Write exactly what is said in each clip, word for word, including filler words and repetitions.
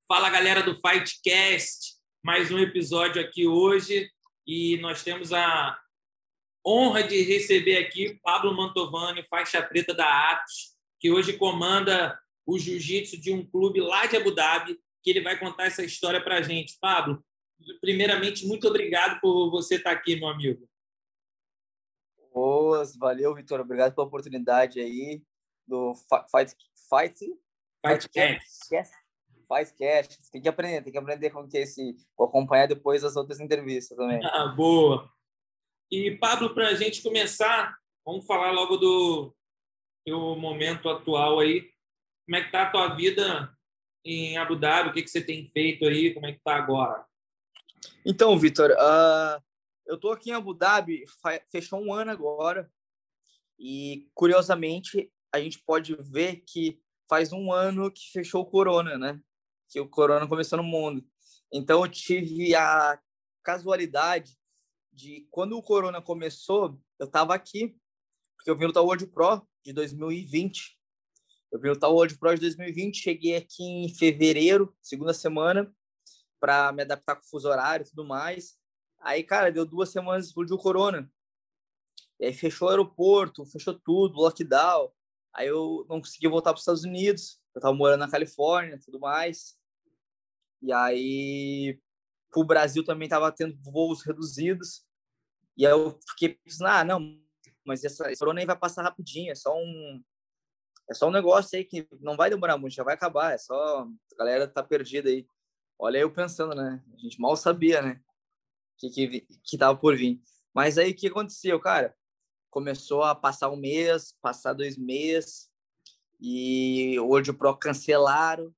Fala, galera do Fightcast, mais um episódio aqui hoje e nós temos a honra de receber aqui Pablo Mantovani, faixa preta da Atos, que hoje comanda o jiu-jitsu de um clube lá de Abu Dhabi, que ele vai contar essa história para a gente. Pablo, primeiramente, muito obrigado por você estar aqui, meu amigo. Boas, valeu, Vitor. Obrigado pela oportunidade aí do Fight Fight Fightcast. Fightcast. Tem que aprender, tem que aprender como que é esse, vou acompanhar depois as outras entrevistas também. Ah, boa. E Pablo, para a gente começar, vamos falar logo do teu momento atual aí. Como é que tá a tua vida em Abu Dhabi? O que que você tem feito aí? Como é que tá agora? Então, Vitor, uh, eu tô aqui em Abu Dhabi, fechou um ano agora, e curiosamente a gente pode ver que faz um ano que fechou o corona, né? Que o corona começou no mundo. Então eu tive a casualidade de quando o corona começou, eu estava aqui, porque eu vim lutar o World Pro de dois mil e vinte. Eu vim lutar o World Pro de dois mil e vinte, cheguei aqui em fevereiro, segunda semana, para me adaptar com o fuso horário e tudo mais. Aí, cara, deu duas semanas, explodiu o corona. E aí fechou o aeroporto, fechou tudo, lockdown. Aí eu não consegui voltar para os Estados Unidos. Eu estava morando na Califórnia e tudo mais. E aí, para o Brasil também estava tendo voos reduzidos. E aí eu fiquei pensando, ah, não, mas essa, esse corona aí vai passar rapidinho. É só um, é só um negócio aí que não vai demorar muito, já vai acabar. É só, a galera tá perdida aí. Olha eu pensando, né? A gente mal sabia, né? Que, que, que tava por vir. Mas aí, o que aconteceu, cara? Começou a passar um mês, passar dois meses, e o World Pro cancelaram.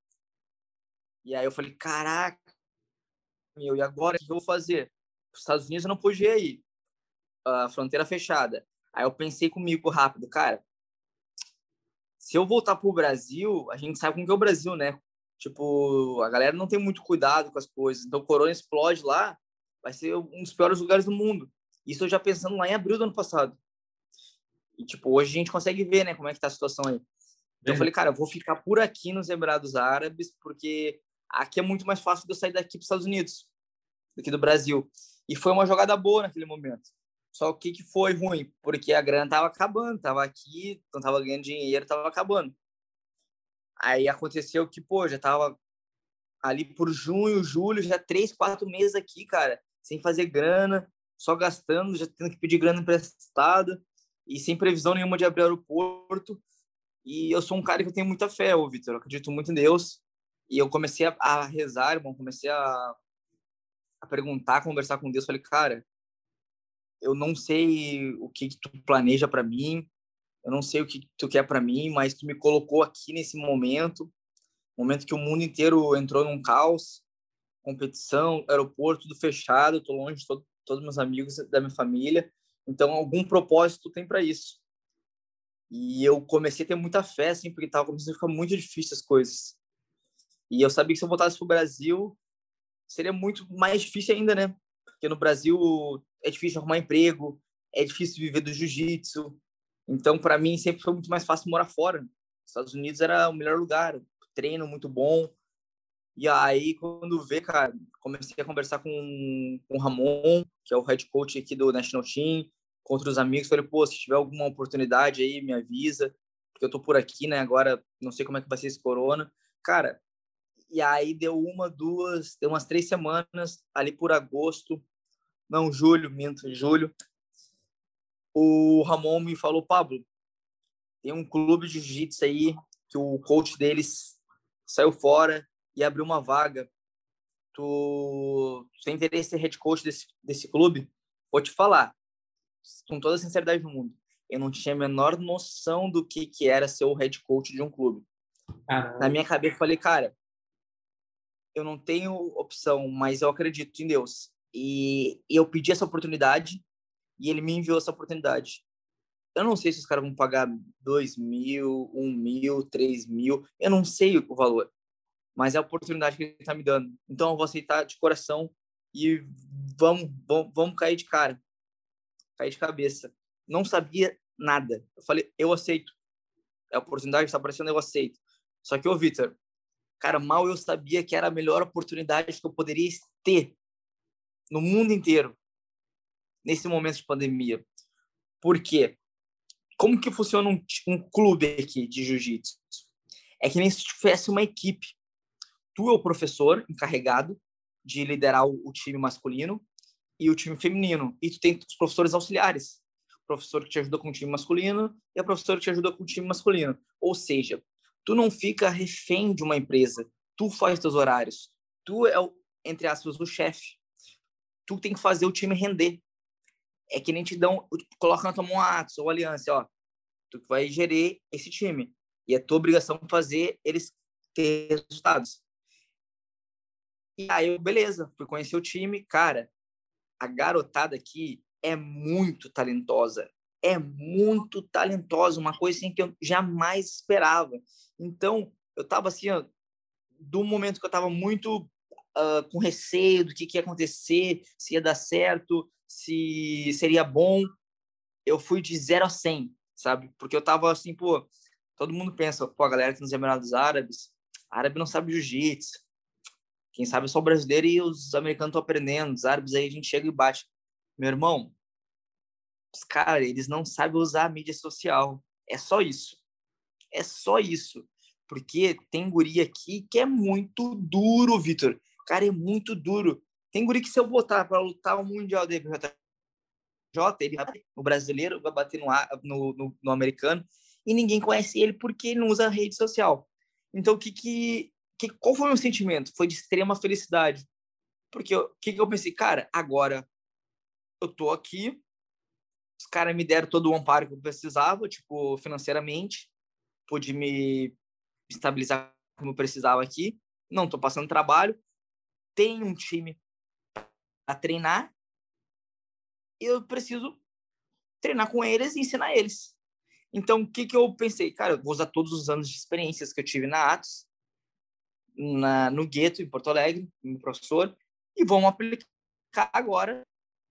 E aí eu falei, caraca, meu, e agora o que eu vou fazer? Os Estados Unidos eu não podia ir, a fronteira fechada. Aí eu pensei comigo rápido, cara, se eu voltar pro Brasil, a gente sabe como que é o Brasil, né? Tipo, a galera não tem muito cuidado com as coisas. Então o corona explode lá, vai ser um dos piores lugares do mundo. Isso eu já pensando lá em abril do ano passado. E, tipo, hoje a gente consegue ver, né, como é que tá a situação aí. Então eu falei, cara, eu vou ficar por aqui nos Emirados Árabes, porque aqui é muito mais fácil de eu sair daqui para os Estados Unidos, daqui do Brasil. E foi uma jogada boa naquele momento. Só o que, que foi ruim? Porque a grana tava acabando, tava aqui, não tava ganhando dinheiro, tava acabando. Aí aconteceu que, pô, já tava ali por junho, julho, já três, quatro meses aqui, cara, sem fazer grana, só gastando, já tendo que pedir grana emprestada e sem previsão nenhuma de abrir aeroporto. E eu sou um cara que eu tenho muita fé, ô Vitor, eu acredito muito em Deus. E eu comecei a, a rezar, irmão, comecei a, a perguntar, a conversar com Deus. Falei, cara, eu não sei o que, que tu planeja para mim, eu não sei o que, que tu quer para mim, mas tu me colocou aqui nesse momento, momento que o mundo inteiro entrou num caos, competição, aeroporto, tudo fechado, tô longe de todo, todos meus amigos, da minha família. Então, algum propósito tem para isso. E eu comecei a ter muita fé, assim, porque tava começando a ficar muito difícil as coisas. E eu sabia que se eu voltasse pro Brasil, seria muito mais difícil ainda, né? Porque no Brasil é difícil arrumar emprego, é difícil viver do jiu-jitsu. Então, para mim, sempre foi muito mais fácil morar fora. Os Estados Unidos era o melhor lugar, treino muito bom. E aí, quando vê, cara, comecei a conversar com, com o Ramon, que é o head coach aqui do National Team, com outros amigos. Falei, pô, se tiver alguma oportunidade aí, me avisa, porque eu tô por aqui, né? Agora, não sei como é que vai ser esse corona. Cara, e aí deu uma, duas, deu umas três semanas, ali por agosto, não, julho, minto, julho, o Ramon me falou, Pablo, tem um clube de jiu-jitsu aí, que o coach deles saiu fora e abriu uma vaga. Tu, tu tem interesse em ser head coach desse, desse clube? Vou te falar, com toda a sinceridade do mundo, eu não tinha a menor noção do que, que era ser o head coach de um clube. Caramba. Na minha cabeça, eu falei, cara, eu não tenho opção, mas eu acredito em Deus. E, e eu pedi essa oportunidade e ele me enviou essa oportunidade. Eu não sei se os caras vão pagar dois mil, um mil, três mil, eu não sei o valor, mas é a oportunidade que ele está me dando. Então eu vou aceitar de coração e vamos, vamos, vamos cair de cara, cair de cabeça. Não sabia nada. Eu falei, eu aceito. É a oportunidade que está aparecendo, eu aceito. Só que, ô, Vitor, Cara, mal eu sabia que era a melhor oportunidade que eu poderia ter no mundo inteiro nesse momento de pandemia. Por quê? Como que funciona um, um clube aqui de jiu-jitsu? É que nem se tivesse uma equipe. Tu é o professor encarregado de liderar o, o time masculino e o time feminino. E tu tem os professores auxiliares. O professor que te ajuda com o time masculino e a professora que te ajuda com o time masculino. Ou seja, tu não fica refém de uma empresa. Tu faz teus horários. Tu é, o, entre aspas, o chefe. Tu tem que fazer o time render. É que nem te dão, coloca na tua mão a Atos ou a Aliança, ó. Tu vai gerir esse time. E é tua obrigação fazer eles ter resultados. E aí, eu, beleza, fui conhecer o time. Cara, a garotada aqui é muito talentosa. É muito talentosa. Uma coisa assim que eu jamais esperava. Então, eu tava assim, ó, do momento que eu tava muito uh, com receio do que, que ia acontecer, se ia dar certo, se seria bom, eu fui de zero a cem, sabe? Porque eu tava assim, pô, todo mundo pensa, pô, a galera que nos Emirados Árabes, árabe não sabe jiu-jitsu. Quem sabe é só o brasileiro e os americanos estão aprendendo. Os árabes aí a gente chega e bate. Meu irmão, os caras, eles não sabem usar a mídia social. É só isso. É só isso. Porque tem guri aqui que é muito duro, Vitor. Cara, é muito duro. Tem guri que se eu botar para lutar o Mundial da I B J J, ele vai, o brasileiro vai bater no, no, no, no americano e ninguém conhece ele porque ele não usa rede social. Então, o que que, que qual foi o meu sentimento? Foi de extrema felicidade. Porque o que, que eu pensei? Cara, agora eu tô aqui, os caras me deram todo o amparo que eu precisava, tipo, financeiramente, pude me estabilizar como eu precisava aqui, não tô passando trabalho, tenho um time a treinar, e eu preciso treinar com eles e ensinar eles. Então, o que, que eu pensei? Cara, eu vou usar todos os anos de experiências que eu tive na Atos, na, no Gueto, em Porto Alegre, meu professor, e vamos aplicar agora.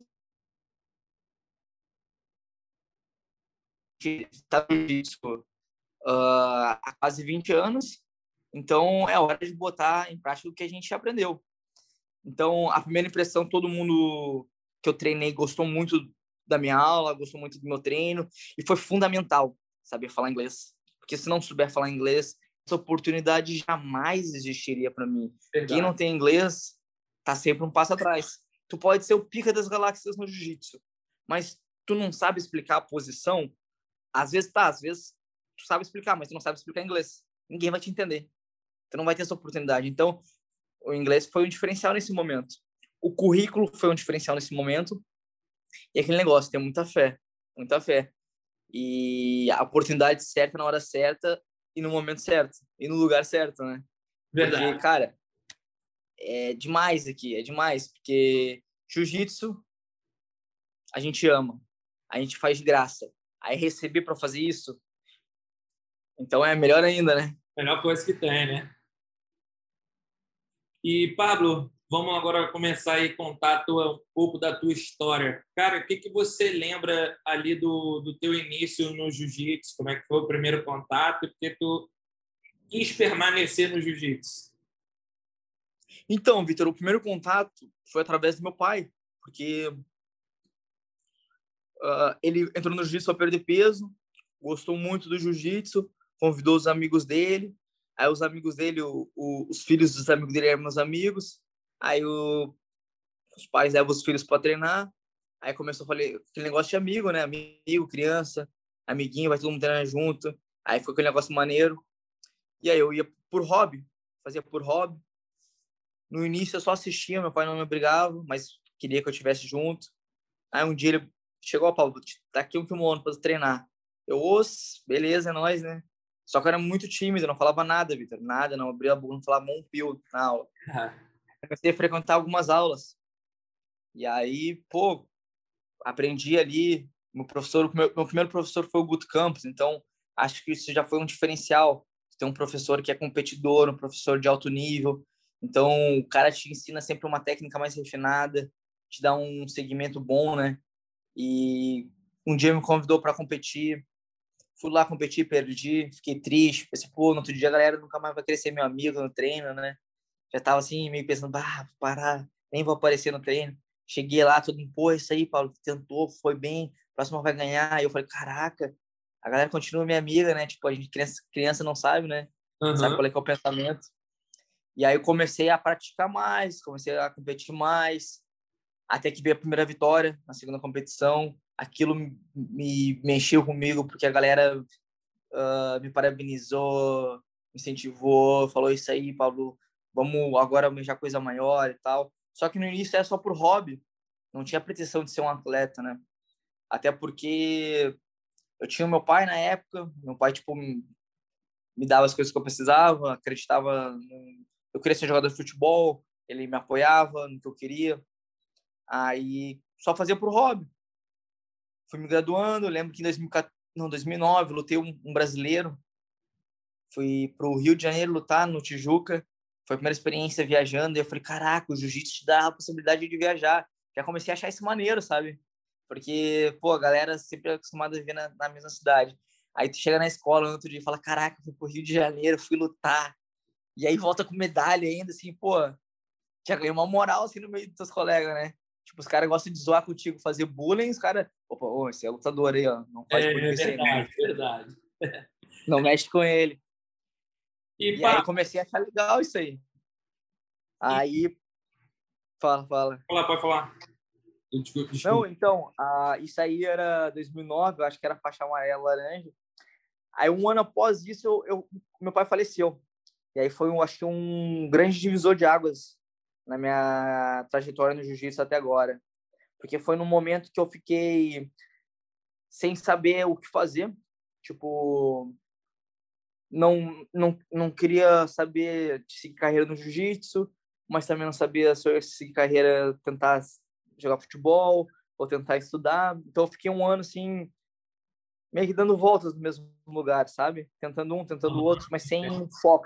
Está disso uh, há quase vinte anos, então é hora de botar em prática o que a gente aprendeu. Então, a primeira impressão, todo mundo que eu treinei gostou muito da minha aula, gostou muito do meu treino, e foi fundamental saber falar inglês. Porque se não souber falar inglês, essa oportunidade jamais existiria para mim. Verdade. Quem não tem inglês tá sempre um passo atrás. Tu pode ser o pica das galáxias no jiu-jitsu, mas tu não sabe explicar a posição, às vezes tá, às vezes tu sabe explicar, mas tu não sabe explicar inglês. Ninguém vai te entender. Tu não vai ter essa oportunidade. Então, o inglês foi um diferencial nesse momento. O currículo foi um diferencial nesse momento. E aquele negócio, tem muita fé. Muita fé. E a oportunidade certa na hora certa e no momento certo. E no lugar certo, né? Verdade. Porque, cara, é demais aqui. É demais. Porque jiu-jitsu a gente ama. A gente faz de graça. Aí receber para fazer isso, então é melhor ainda, né? Melhor coisa que tem, né? E, Pablo, vamos agora começar a contar tua, um pouco da tua história. Cara, o que, que você lembra ali do, do teu início no jiu-jitsu? Como é que foi o primeiro contato? E por que tu quis permanecer no jiu-jitsu? Então, Vitor, o primeiro contato foi através do meu pai, porque uh, ele entrou no jiu-jitsu para perder peso, gostou muito do jiu-jitsu, convidou os amigos dele, aí os amigos dele, o, o, os filhos dos amigos dele eram meus amigos, aí o, os pais levam os filhos para treinar, aí começou a falar aquele negócio de amigo, né, amigo, criança, amiguinho, vai todo mundo treinar junto, aí foi aquele negócio maneiro, e aí eu ia por hobby, fazia por hobby, no início eu só assistia, meu pai não me obrigava, mas queria que eu estivesse junto, aí um dia ele chegou, ó, Paulo, tá aqui um kimono para treinar. Eu, os, beleza, é nóis, né? Só que eu era muito tímido, não falava nada, Vitor, nada, não abria a boca, não falava um pio na aula. Comecei a frequentar algumas aulas. E aí, pô, aprendi ali. Meu professor, meu, meu primeiro professor foi o Guto Campos, então acho que isso já foi um diferencial. Ter um professor que é competidor, um professor de alto nível. Então, o cara te ensina sempre uma técnica mais refinada, te dá um segmento bom, né? E um dia me convidou para competir. Fui lá competir, perdi, fiquei triste. Pensei, pô, no outro dia a galera nunca mais vai querer ser meu amigo no treino, né? Já tava assim, meio pensando, ah, vou parar, nem vou aparecer no treino. Cheguei lá, todo mundo, pô, isso aí, Paulo, tentou, foi bem, próximo vai ganhar. Aí eu falei, caraca, a galera continua minha amiga, né? Tipo, a gente, criança, criança não sabe, né? Sabe Uhum. qual é que é o pensamento. E aí eu comecei a praticar mais, comecei a competir mais, até que veio a primeira vitória na segunda competição. Aquilo me mexeu comigo, porque a galera uh, me parabenizou, me incentivou, falou isso aí, Pablo, vamos agora almejar coisa maior e tal. Só que no início era só por hobby, não tinha pretensão de ser um atleta, né? Até porque eu tinha o meu pai na época, meu pai, tipo, me, me dava as coisas que eu precisava, acreditava, no... eu queria ser jogador de futebol, ele me apoiava no que eu queria, aí só fazia por hobby. Fui me graduando, lembro que em dois mil e quatorze, não, dois mil e nove, lutei um, um brasileiro, fui pro Rio de Janeiro lutar no Tijuca, foi a primeira experiência viajando, e eu falei, caraca, o jiu-jitsu te dá a possibilidade de viajar. Já comecei a achar isso maneiro, sabe? Porque, pô, a galera sempre é acostumada a viver na, na mesma cidade. Aí tu chega na escola no outro dia e fala, caraca, fui pro Rio de Janeiro, fui lutar. E aí volta com medalha ainda, assim, pô, já ganhou uma moral, assim, no meio dos teus colegas, né? Tipo, os caras gostam de zoar contigo, fazer bullying, os caras, opa, ô, esse é lutador aí, ó, não faz É, bullying é com esse aí, não. verdade, verdade. Não mexe com ele. E, E pá, aí comecei a achar legal isso aí. e, Aí, fala, fala. falar, pode falar. Desculpa, Não, desculpa. então, ah, isso aí era dois mil e nove, eu acho que era faixa amarela, laranja. Aí, um ano após isso, eu, eu, meu pai faleceu. E aí foi, eu acho que, um grande divisor de águas na minha trajetória no jiu-jitsu até agora. Porque foi num momento que eu fiquei sem saber o que fazer. Tipo, não, não, não queria saber de seguir carreira no jiu-jitsu, mas também não sabia se eu ia seguir carreira, tentar jogar futebol ou tentar estudar. Então eu fiquei um ano assim, meio que dando voltas no mesmo lugar, sabe? Tentando um, tentando o outro, mas sem foco.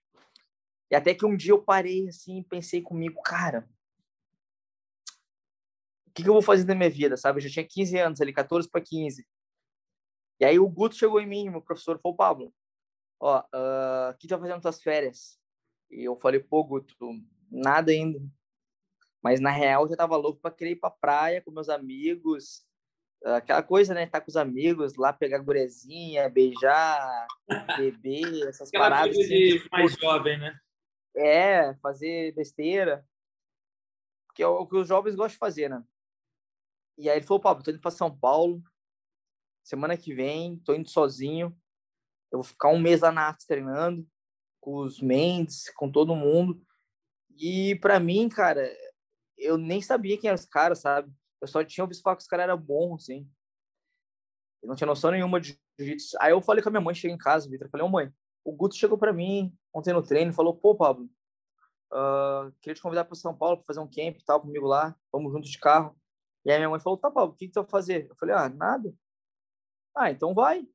E até que um dia eu parei assim, pensei comigo, cara, o que, que eu vou fazer da minha vida, sabe? Eu já tinha quinze anos ali, quatorze para quinze. E aí o Guto chegou em mim, meu professor, falou, Pablo, ó, uh, o que tu vai fazer nas tuas férias? E eu falei, pô, Guto, nada ainda. Mas na real eu já tava louco pra querer ir pra praia com meus amigos, aquela coisa, né? Estar com os amigos, lá pegar gurezinha, beijar, beber, essas Aquela paradas coisa assim que, de mais jovem, né? é, fazer besteira, que é o que os jovens gostam de fazer, né? E aí ele falou, Pablo, tô indo pra São Paulo, semana que vem, tô indo sozinho, eu vou ficar um mês lá na Atos treinando, com os Mendes, com todo mundo. E pra mim, cara, eu nem sabia quem eram os caras, sabe? Eu só tinha ouvido falar que os caras eram bons, assim. Eu não tinha noção nenhuma de jiu-jitsu. Aí eu falei com a minha mãe, cheguei em casa, Vitor, eu falei, ô mãe, o Guto chegou pra mim ontem no treino e falou, pô, Pablo, uh, queria te convidar para São Paulo para fazer um camp e tal comigo lá, vamos juntos de carro. E aí minha mãe falou, tá, Pablo, o que que tu vai fazer? Eu falei, ah, nada. Ah, então vai.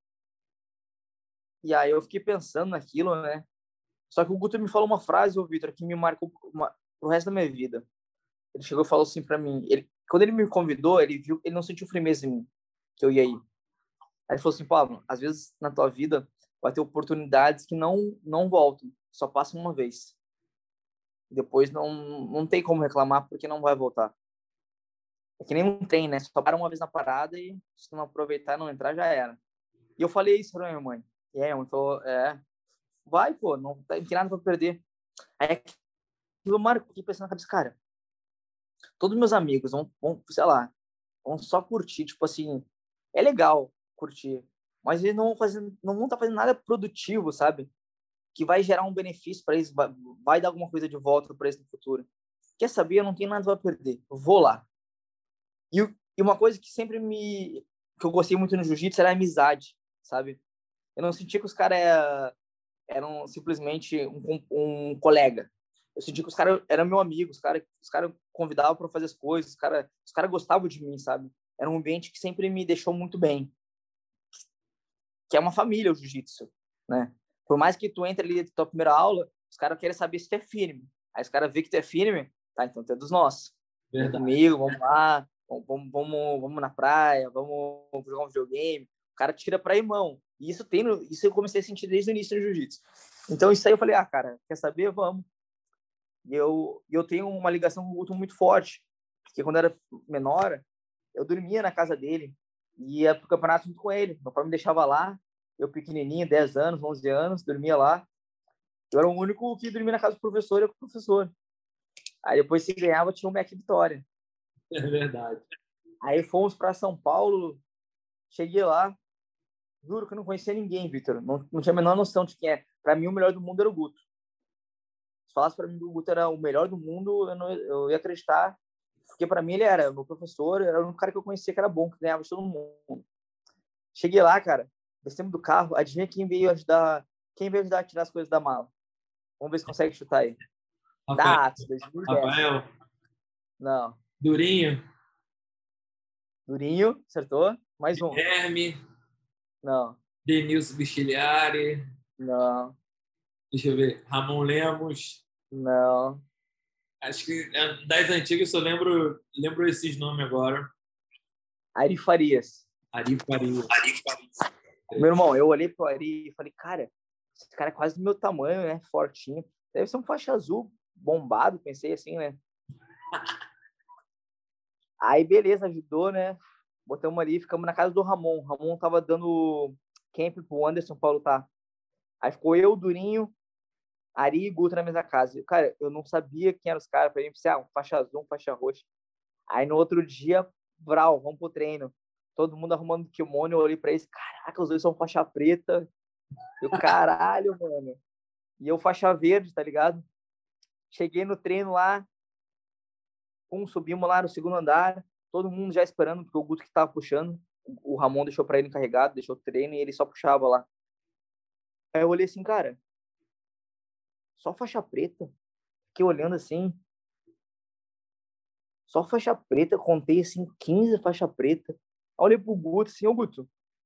E aí eu fiquei pensando naquilo, né? Só que o Guto me falou uma frase, ô Vitor, que me marcou uma, pro resto da minha vida. Ele chegou e falou assim para mim, ele, quando ele me convidou, ele viu, ele não sentiu firmeza em mim, que eu ia ir. Aí ele falou assim, Pablo, às vezes na tua vida vai ter oportunidades que não não voltam, só passam uma vez. Depois não não tem como reclamar porque não vai voltar. É que nem um trem, né? Só para uma vez na parada e se não aproveitar, não entrar, já era. E eu falei isso pra minha mãe. E aí, minha mãe falou, é, vai, pô, não tem nada pra perder. Aí aquilo marcou, fiquei pensando na cabeça, cara, todos meus amigos vão, vão, sei lá, vão só curtir, tipo assim, é legal curtir, mas eles não vão fazer, não vão estar fazendo nada produtivo, sabe? Que vai gerar um benefício para eles, vai, vai dar alguma coisa de volta para eles no futuro. Quer saber? Eu não tenho nada para perder. Eu vou lá. E, e uma coisa que sempre me que eu gostei muito no jiu-jitsu era a amizade, sabe? Eu não sentia que os caras eram simplesmente um, um colega. Eu sentia que os caras eram meu amigo, os caras os cara convidavam para fazer as coisas, os caras os cara gostavam de mim, sabe? Era um ambiente que sempre me deixou muito bem. Que é uma família o jiu-jitsu, né? Por mais que tu entre ali na tua primeira aula, os caras querem saber se tu é firme. Aí os caras vê que tu é firme, tá, então tu é dos nossos. Vem Verdade. comigo, vamos lá, vamos, vamos, vamos, vamos na praia, vamos jogar um videogame. O cara tira pra irmão. E isso, tem no, isso eu comecei a sentir desde o início do jiu-jitsu. Então, isso aí eu falei, ah, cara, quer saber? Vamos. E eu, eu tenho uma ligação com o Guto muito forte, porque quando eu era menor, eu dormia na casa dele e ia pro campeonato junto com ele. Meu pai me deixava lá, eu pequenininho, dez anos, onze anos, dormia lá. Eu era o único que dormia na casa do professor e eu com o professor. Aí depois, se ganhava, tinha um Mac Vitória. É verdade. Aí fomos para São Paulo, cheguei lá, juro que eu não conhecia ninguém, Vitor. Não, não tinha a menor noção de quem é. Para mim, o melhor do mundo era o Guto. Se falasse para mim que o Guto era o melhor do mundo, eu, não, eu ia acreditar, porque para mim ele era meu professor, era um cara que eu conhecia que era bom, que ganhava de todo mundo. Cheguei lá, cara, descemos do carro, adivinha quem veio ajudar, quem veio ajudar a tirar as coisas da mala? Vamos ver se consegue chutar aí. Rafael. Da Atos, dois mil e dez. Rafael. Não. Durinho. Durinho, acertou. Mais um. Guilherme. Não. Denilson Bichiliari. Não. Deixa eu ver. Ramon Lemos. Não. Acho que das antigas eu só lembro, lembro esses nomes agora. Ari Farias. Ari Farias. Ari Farias. Meu irmão, eu olhei pro Ari e falei, cara, esse cara é quase do meu tamanho, né? Fortinho. Deve ser um faixa azul bombado, pensei assim, né? Aí, beleza, ajudou, né? Botamos ali, ficamos na casa do Ramon. O Ramon tava dando camp pro Anderson pra lutar. Aí ficou eu, Durinho, Ari e Guto na mesma casa. Cara, eu não sabia quem eram os caras. Pra mim, pensei, ah, um faixa azul, um faixa roxa. Aí, no outro dia, Vral, vamos pro treino. Todo mundo arrumando kimono, eu olhei pra eles, caraca, os dois são faixa preta. Eu, caralho, mano. E eu faixa verde, tá ligado? Cheguei no treino lá, um, subimos lá no segundo andar, todo mundo já esperando, porque o Guto que tava puxando, o Ramon deixou pra ele encarregado, deixou o treino e ele só puxava lá. Aí eu olhei assim, cara, só faixa preta. Fiquei olhando assim, só faixa preta, contei assim, quinze faixa preta. Aí eu olhei pro Guto assim, ô Guto,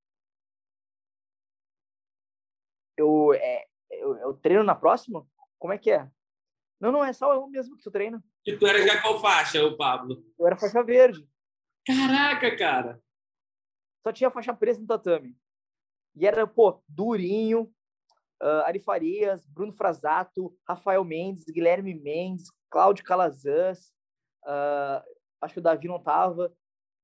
eu, é, eu, eu treino na próxima? Como é que é? Não, não, é só eu mesmo que tu treina. E tu era já qual faixa, o Pablo? Eu era faixa verde. Caraca, cara! Só tinha faixa preta no tatame. E era, pô, Durinho, uh, Ari Farias, Bruno Frasato, Rafael Mendes, Guilherme Mendes, Cláudio Calazans, uh, acho que o Davi não tava,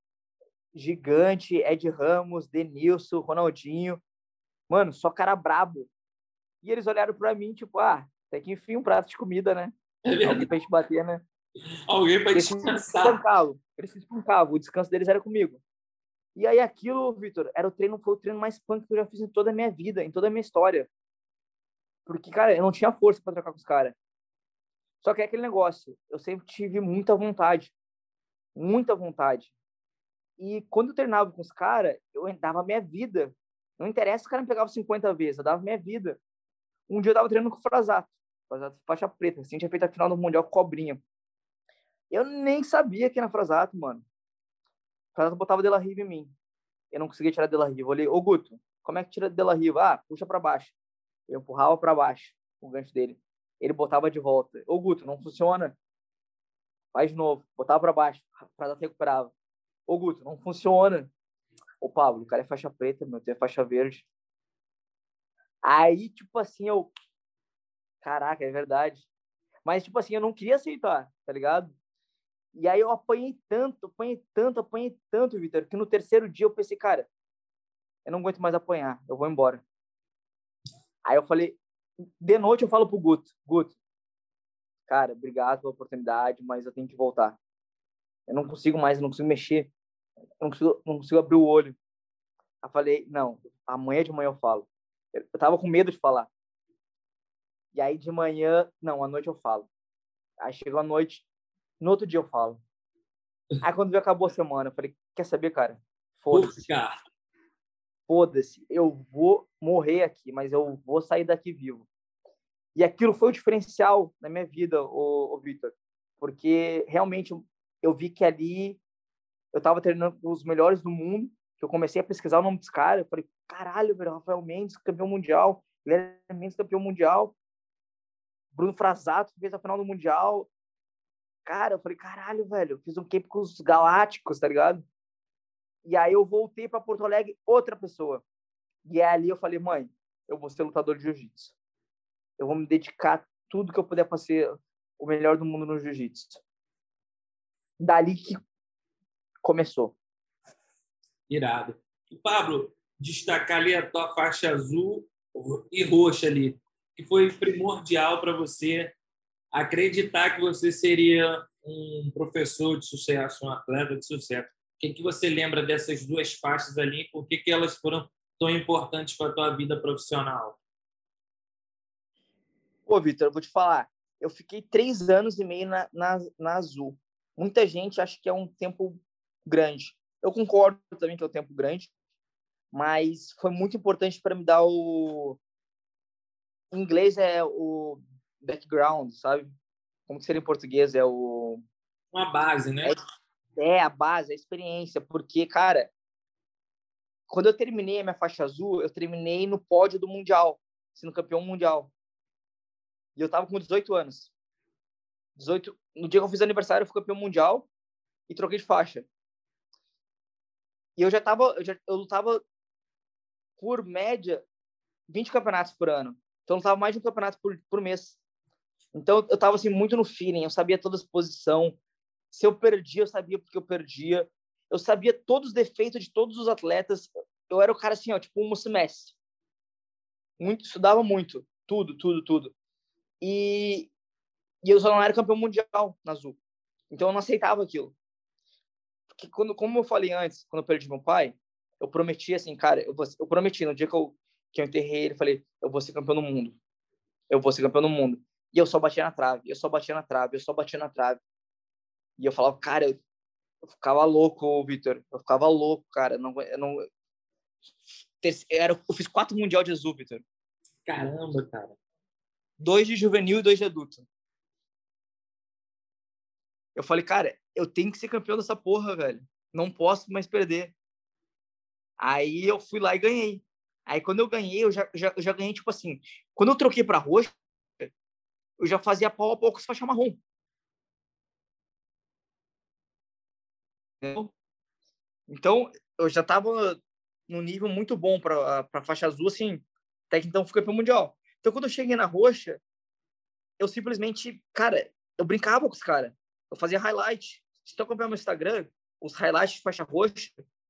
Gigante, Ed Ramos, Denilson, Ronaldinho. Mano, só cara brabo. E eles olharam pra mim, tipo, ah, até que enfim um prato de comida, né? É Alguém pra gente bater, né? Alguém pra Eles descansar. Eles se espancavam, o descanso deles era comigo. E aí aquilo, Vitor, era o treino, foi o treino mais punk que eu já fiz em toda a minha vida, em toda a minha história. Porque, cara, eu não tinha força pra trocar com os caras. Só que é aquele negócio, eu sempre tive muita vontade. Muita vontade. E quando eu treinava com os caras, eu dava minha vida. Não interessa se o cara me pegava cinquenta vezes, eu dava minha vida. Um dia eu tava treinando com o Frasato. Frasato faixa preta, assim, tinha feito a final do Mundial com Cobrinha. Eu nem sabia que era Frasato, mano. O Frasato botava De La Riva em mim. Eu não conseguia tirar De La Riva. Eu olhei, ô Guto, como é que tira De La Riva? Ah, puxa pra baixo. Eu empurrava pra baixo o gancho dele. Ele botava de volta. Ô Guto, não funciona. Faz de novo. Botava pra baixo. O Frasato recuperava. Ô Guto, não funciona. Ô Pablo, o cara é faixa preta, meu, tu é faixa verde. Aí, tipo assim, eu... Caraca, é verdade. Mas, tipo assim, eu não queria aceitar, tá ligado? E aí eu apanhei tanto, apanhei tanto, apanhei tanto, Vitor, que no terceiro dia eu pensei, cara, eu não aguento mais apanhar, eu vou embora. Aí eu falei, de noite eu falo pro Guto, Guto, cara, obrigado pela oportunidade, mas eu tenho que voltar. Eu não consigo mais, eu não consigo mexer, eu não consigo, não consigo abrir o olho. Aí eu falei, não, amanhã de manhã eu falo. Eu, eu tava com medo de falar. E aí de manhã, não, à noite eu falo. Aí chegou a noite, no outro dia eu falo. Aí quando veio, acabou a semana, eu falei, quer saber, cara? Foda-se. Foda-se. Eu vou morrer aqui, mas eu vou sair daqui vivo. E aquilo foi o diferencial na minha vida, o, o Vitor. Porque realmente eu vi que ali eu tava treinando com os melhores do mundo, que eu comecei a pesquisar o nome dos caras. Eu falei, caralho, velho, Rafael Mendes, campeão mundial. Guilherme Mendes, campeão mundial. Bruno Frasato fez a final do Mundial. Cara, eu falei, caralho, velho, eu fiz um camp com os Galácticos, tá ligado? E aí eu voltei para Porto Alegre, outra pessoa. E ali eu falei, mãe, eu vou ser lutador de jiu-jitsu. Eu vou me dedicar tudo que eu puder para ser o melhor do mundo no jiu-jitsu. Dali que começou. Irado. E, Pablo, destacar ali a tua faixa azul e roxa ali, que foi primordial para você acreditar que você seria um professor de sucesso, um atleta de sucesso. O que, que você lembra dessas duas faixas ali? Por que, que elas foram tão importantes para a tua vida profissional? Pô, Vitor, eu vou te falar. Eu fiquei três anos e meio na, na, na azul. Muita gente acha que é um tempo grande. Eu concordo também que é um tempo grande, mas foi muito importante para me dar o... Em inglês é o background, sabe? Como que seria em português? É o... Uma base, né? É, é a base, a experiência. Porque, cara, quando eu terminei a minha faixa azul, eu terminei no pódio do Mundial, sendo campeão mundial. E eu tava com dezoito anos. dezoito... No dia que eu fiz aniversário, eu fui campeão mundial e troquei de faixa. E eu já tava, eu, já, eu lutava por média vinte campeonatos por ano. Então eu lutava mais de um campeonato por, por mês. Então eu tava assim muito no feeling, eu sabia todas as posições. Se eu perdia, eu sabia porque eu perdia. Eu sabia todos os defeitos de todos os atletas. Eu era o cara assim, ó, tipo um Messi. Muito, estudava muito, tudo, tudo, tudo. E, e eu só não era campeão mundial na Azul. Então eu não aceitava aquilo. Porque quando, como eu falei antes, quando eu perdi meu pai, eu prometi assim, cara, eu, vou, eu prometi no dia que eu, que eu enterrei ele, falei, eu vou ser campeão do mundo. Eu vou ser campeão do mundo. E eu só batia na trave, eu só batia na trave, eu só batia na trave. E eu falava, cara, eu, eu ficava louco, Vitor. Eu ficava louco, cara. Não, eu não, era, eu fiz quatro mundial de azul, Vitor. Caramba, cara. Dois de juvenil e dois de adulto. Eu falei, cara, eu tenho que ser campeão dessa porra, velho. Não posso mais perder. Aí eu fui lá e ganhei. Aí quando eu ganhei, eu já, já, eu já ganhei, tipo assim, quando eu troquei pra roxa, eu já fazia pau a pau com as faixas marrom. Entendeu? Então, eu já tava num nível muito bom pra, pra faixa azul, assim, até que então fui campeão mundial. Então, quando eu cheguei na roxa, eu simplesmente, cara, eu brincava com os caras. Eu fazia highlight. Se tu acompanhar meu Instagram, os highlights de faixa roxa,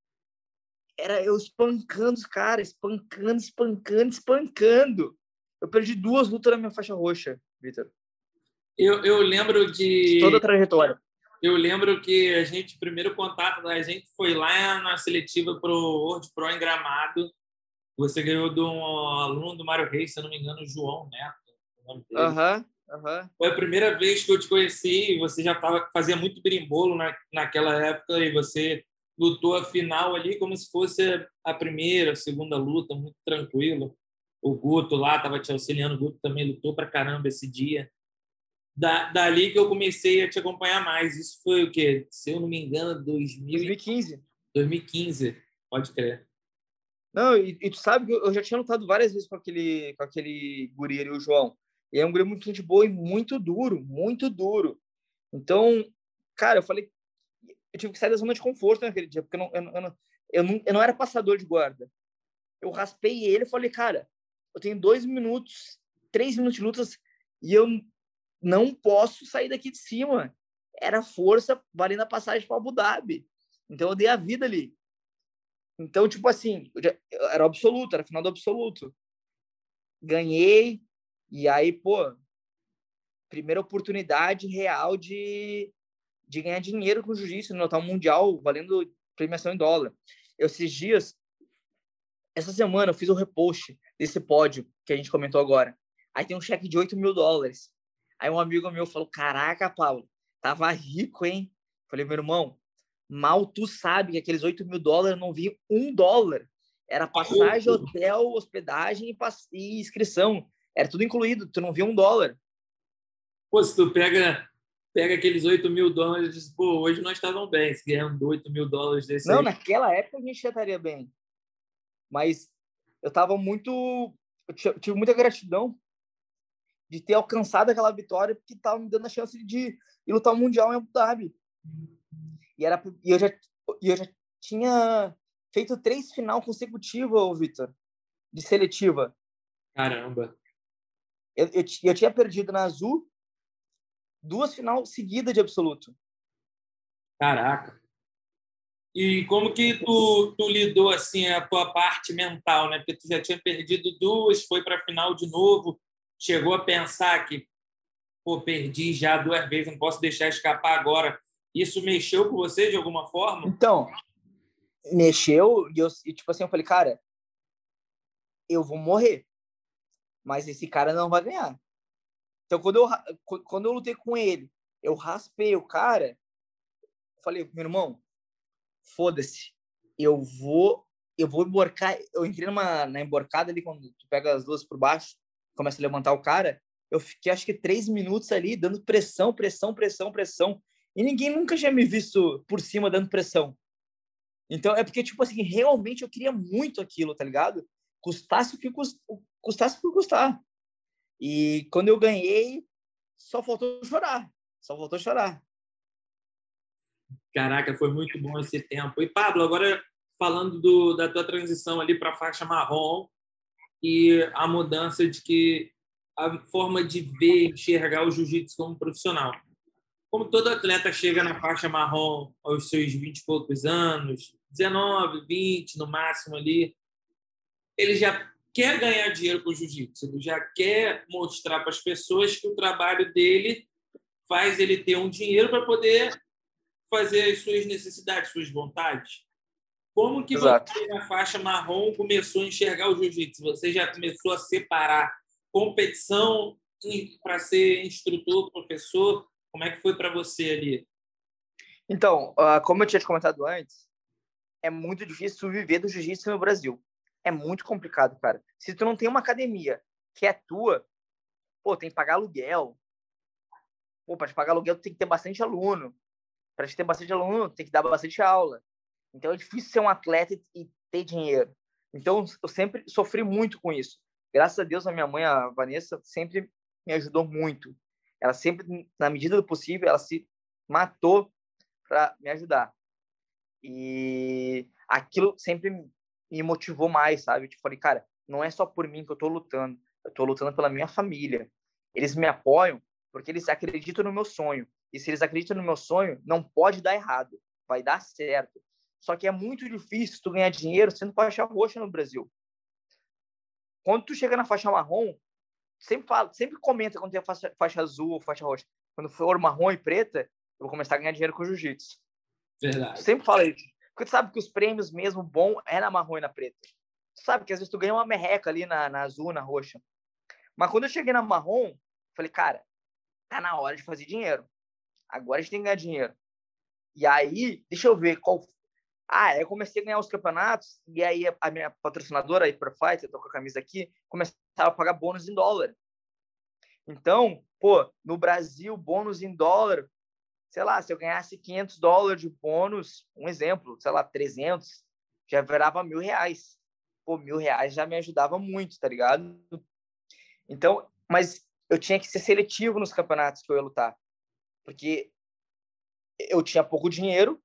era eu espancando os caras, espancando, espancando, espancando. Eu perdi duas lutas na minha faixa roxa, Vitor. Eu, eu lembro de... Toda a trajetória. Eu lembro que a gente, o primeiro contato da gente foi lá na seletiva para o World Pro em Gramado. Você ganhou de um aluno do Mário Reis, se eu não me engano, o João Neto. Aham, aham. Foi a primeira vez que eu te conheci. Você já tava, fazia muito berimbolo na, naquela época e você lutou a final ali como se fosse a primeira, a segunda luta, muito tranquilo. O Guto lá estava te auxiliando. O Guto também lutou pra caramba esse dia. Da, dali que eu comecei a te acompanhar mais. Isso foi o quê? Se eu não me engano, dois mil... dois mil e quinze. dois mil e quinze, pode crer. Não, e, e tu sabe que eu já tinha lutado várias vezes com aquele, com aquele guri ali, o João. E é um guri muito gente boa e muito duro, muito duro. Então, cara, eu falei, eu tive que sair da zona de conforto naquele dia, porque eu não, eu não, eu não, eu não, eu não era passador de guarda. Eu raspei ele e falei, cara, eu tenho dois minutos, três minutos de lutas e eu não posso sair daqui de cima. Era força valendo a passagem para Abu Dhabi. Então eu dei a vida ali. Então, tipo assim, eu já, eu era absoluto, era final do absoluto. Ganhei, e aí, pô, primeira oportunidade real de, de ganhar dinheiro com jiu-jitsu no total mundial, valendo premiação em dólar. Eu, esses dias, essa semana, eu fiz o repost desse pódio que a gente comentou agora. Aí tem um cheque de oito mil dólares. Aí um amigo meu falou, caraca, Paulo, tava rico, hein? Falei, meu irmão, mal tu sabe que aqueles oito mil dólares não vinha um dólar. Era passagem, hotel, hospedagem e, pass... e inscrição. Era tudo incluído, tu não via um dólar. Pô, se tu pega, pega aqueles oito mil dólares e diz, pô, hoje nós estávamos bem, se ganhando oito mil dólares desse não, aí. Não, naquela época a gente já estaria bem. Mas eu tava muito... Eu tive muita gratidão de ter alcançado aquela vitória, porque estava me dando a chance de ir lutar o Mundial em Abu Dhabi. E, era, e, eu, já, e eu já tinha feito três final consecutivas, Vitor. de seletiva. Caramba. Eu, eu, eu tinha perdido na Azul duas final seguidas de absoluto. Caraca. E como que tu, tu lidou assim a tua parte mental, né? Porque tu já tinha perdido duas, foi para a final de novo, chegou a pensar que, pô, perdi já duas vezes, não posso deixar escapar agora. Isso mexeu com você de alguma forma? Então, mexeu e eu, e, tipo assim, eu falei, cara, eu vou morrer, mas esse cara não vai ganhar. Então, quando eu, quando eu lutei com ele, eu raspei o cara, eu falei, meu irmão, foda-se, eu vou, eu vou emborcar, eu entrei numa, na emborcada ali, quando tu pega as duas por baixo, começa a levantar o cara, eu fiquei acho que três minutos ali, dando pressão, pressão, pressão, pressão, e ninguém nunca tinha me visto por cima dando pressão. Então, é porque, tipo assim, realmente eu queria muito aquilo, tá ligado? Custasse o que custasse por custar. E quando eu ganhei, só faltou chorar. Só faltou chorar. Caraca, foi muito bom esse tempo. E, Pablo, agora falando do, da tua transição ali para a faixa marrom e a mudança de que a forma de ver, enxergar o jiu-jitsu como profissional. Como todo atleta chega na faixa marrom aos seus vinte e poucos anos, dezenove, vinte no máximo ali, ele já quer ganhar dinheiro com o jiu-jitsu, ele já quer mostrar para as pessoas que o trabalho dele faz ele ter um dinheiro para poder fazer as suas necessidades, suas vontades. Como que Exato. você, na faixa marrom, começou a enxergar o jiu-jitsu? Você já começou a separar competição para ser instrutor, professor? Como é que foi para você ali? Então, uh, como eu tinha te comentado antes, é muito difícil viver do jiu-jitsu no Brasil. É muito complicado, cara. Se tu não tem uma academia que é tua, pô, tem que pagar aluguel. Pô, para te pagar aluguel, tu tem que ter bastante aluno. Para te ter bastante aluno, tem que dar bastante aula. Então, é difícil ser um atleta e ter dinheiro. Então, eu sempre sofri muito com isso. Graças a Deus, a minha mãe, a Vanessa, sempre me ajudou muito. Ela sempre, na medida do possível, ela se matou para me ajudar. E aquilo sempre me motivou mais, sabe? Tipo, falei, cara, não é só por mim que eu tô lutando. Eu tô lutando pela minha família. Eles me apoiam porque eles acreditam no meu sonho. E se eles acreditam no meu sonho, não pode dar errado. Vai dar certo. Só que é muito difícil tu ganhar dinheiro sendo faixa roxa no Brasil. Quando tu chega na faixa marrom, sempre fala, sempre comenta quando tem faixa, faixa azul ou faixa roxa. Quando for marrom e preta, eu vou começar a ganhar dinheiro com jiu-jitsu. Verdade. Sempre fala isso. Porque tu sabe que os prêmios mesmo bom é na marrom e na preta. Tu sabe que às vezes tu ganha uma merreca ali na, na azul, na roxa. Mas quando eu cheguei na marrom, falei, cara, tá na hora de fazer dinheiro. Agora a gente tem que ganhar dinheiro. E aí, deixa eu ver qual. Ah, eu comecei a ganhar os campeonatos, e aí a minha patrocinadora, a Hyperfight, eu tô com a camisa aqui, começava a pagar bônus em dólar. Então, pô, no Brasil, bônus em dólar, sei lá, se eu ganhasse quinhentos dólares de bônus, um exemplo, sei lá, trezentos, já virava mil reais. Pô, mil reais já me ajudava muito, tá ligado? Então, mas eu tinha que ser seletivo nos campeonatos que eu ia lutar, porque eu tinha pouco dinheiro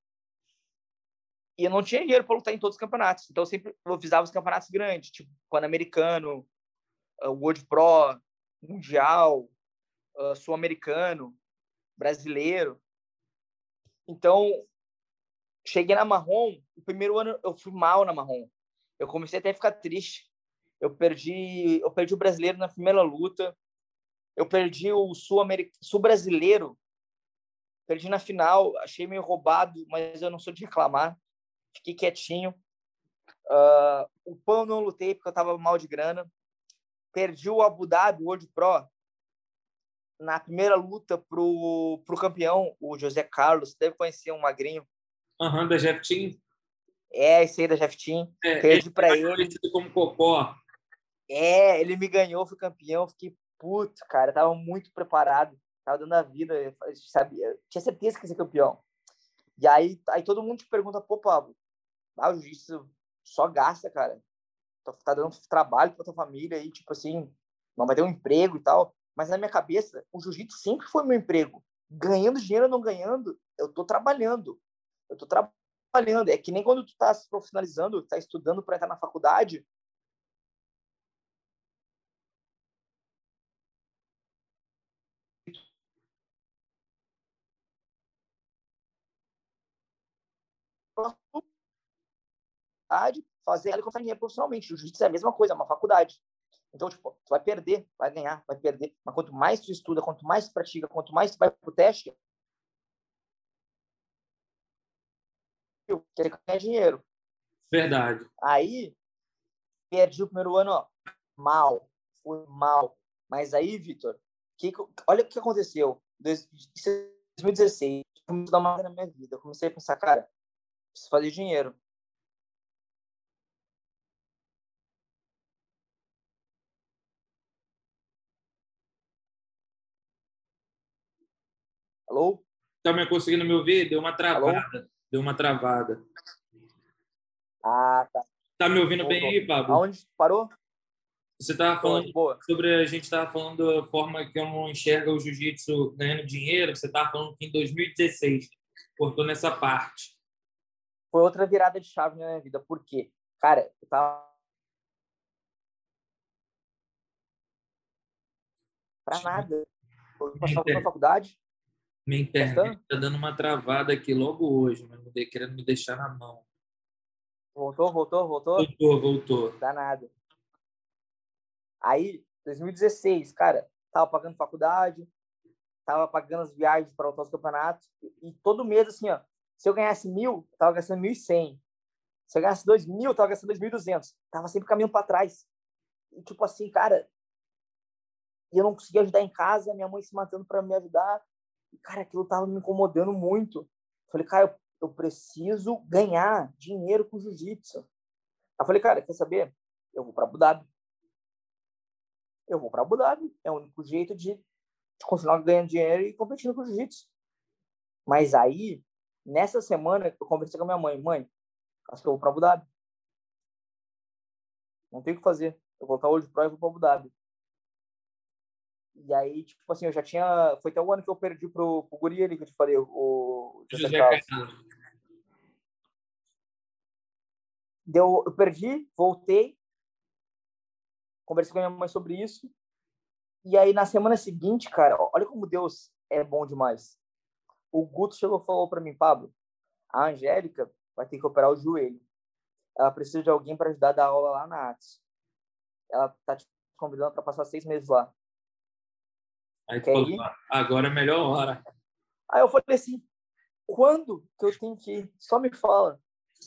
e eu não tinha dinheiro para lutar em todos os campeonatos. Então, eu sempre eu visava os campeonatos grandes, tipo Pan-Americano, uh, World Pro, Mundial, uh, Sul-Americano, Brasileiro. Então, cheguei na marrom, o primeiro ano eu fui mal na marrom. Eu comecei até a ficar triste. Eu perdi, eu perdi o brasileiro na primeira luta. Eu perdi o sul-brasileiro. Perdi na final, achei meio roubado, mas eu não sou de reclamar. Fiquei quietinho. Uh, o pão não lutei porque eu estava mal de grana. Perdi o Abu Dhabi World Pro na primeira luta pro, pro campeão, o José Carlos. Deve conhecer um magrinho. Aham, uhum, da Jeff Team. É, esse aí da Jeff Team. É, Perdi para ele. Conhecido como Cocó. É, ele me ganhou, fui campeão. Fiquei puto, cara. Tava muito preparado. Tava dando a vida. Eu sabia, tinha certeza que ia ser campeão. E aí, aí todo mundo te pergunta, pô, Pablo, ah, o jiu-jitsu só gasta, cara. Tá dando trabalho pra tua família aí, tipo assim, não vai ter um emprego e tal. Mas na minha cabeça, o jiu-jitsu sempre foi meu emprego. Ganhando dinheiro ou não ganhando, eu tô trabalhando. Eu tô trabalhando. É que nem quando tu tá se profissionalizando, tá estudando para entrar na faculdade, fazer ela e começar dinheiro profissionalmente. O jiu-jitsu é a mesma coisa, é uma faculdade. Então, tipo, tu vai perder, vai ganhar, vai perder. Mas quanto mais tu estuda, quanto mais tu pratica, quanto mais tu vai pro teste, tu quer ganhar dinheiro. Verdade. Aí, perdi o primeiro ano, ó, mal. Foi mal. Mas aí, Vitor, que que, olha o que aconteceu. Em dois mil e dezesseis, eu comecei a dar uma na minha vida. Eu comecei a pensar, cara, preciso fazer dinheiro. Alô? Tá me conseguindo me ouvir? Deu uma Alô? travada. Deu uma travada. Ah, tá. Tá me ouvindo bem Voltou. aí, Pablo? Aonde parou? Você estava Tô, falando de boa. sobre a gente estava falando da forma que eu não enxergo o jiu-jitsu ganhando dinheiro. Você estava falando que em dois mil e dezesseis cortou nessa parte. Foi outra virada de chave na minha vida. Por quê? Cara, eu tava pra nada. Eu Minha, passava na inter... faculdade, Minha internet testando. está dando uma travada aqui logo hoje, mas me de- querendo me deixar na mão. Voltou, voltou, voltou. Voltou, voltou. Danado. Aí, dois mil e dezesseis, cara, tava pagando faculdade, tava pagando as viagens para outros campeonatos. E, e todo mês, assim, ó, se eu ganhasse mil, eu tava gastando mil e cem. Se eu ganhasse dois mil, eu tava gastando dois mil e duzentos. Tava sempre caminhando para trás. E, tipo assim, cara, e eu não conseguia ajudar em casa, minha mãe se matando para me ajudar. E, cara, aquilo tava me incomodando muito. Eu falei, cara, eu, eu preciso ganhar dinheiro com jiu-jitsu. Eu falei, cara, quer saber? Eu vou para Abu Dhabi. Eu vou para Abu Dhabi. É o único jeito de, de continuar ganhando dinheiro e competindo com jiu-jitsu. Mas aí, nessa semana, eu conversei com a minha mãe. Mãe, acho que eu vou para Abu Dhabi. Não tem o que fazer. Eu vou colocar o olho pro e vou para Abu Dhabi. E aí, tipo assim, eu já tinha... Foi até o ano que eu perdi pro, pro guri ali que eu te falei, o, o José José Carlos. Carlos. Deu, eu perdi, voltei, conversei com a minha mãe sobre isso. E aí, na semana seguinte, cara, olha como Deus é bom demais. O Guto chegou e falou para mim, Pablo, a Angélica vai ter que operar o joelho. Ela precisa de alguém para ajudar a dar aula lá na Atos. Ela tá te convidando para passar seis meses lá. Aí tu Quer falou, ir? "Ah, agora é a melhor hora." Aí eu falei assim, quando que eu tenho que ir? Só me fala.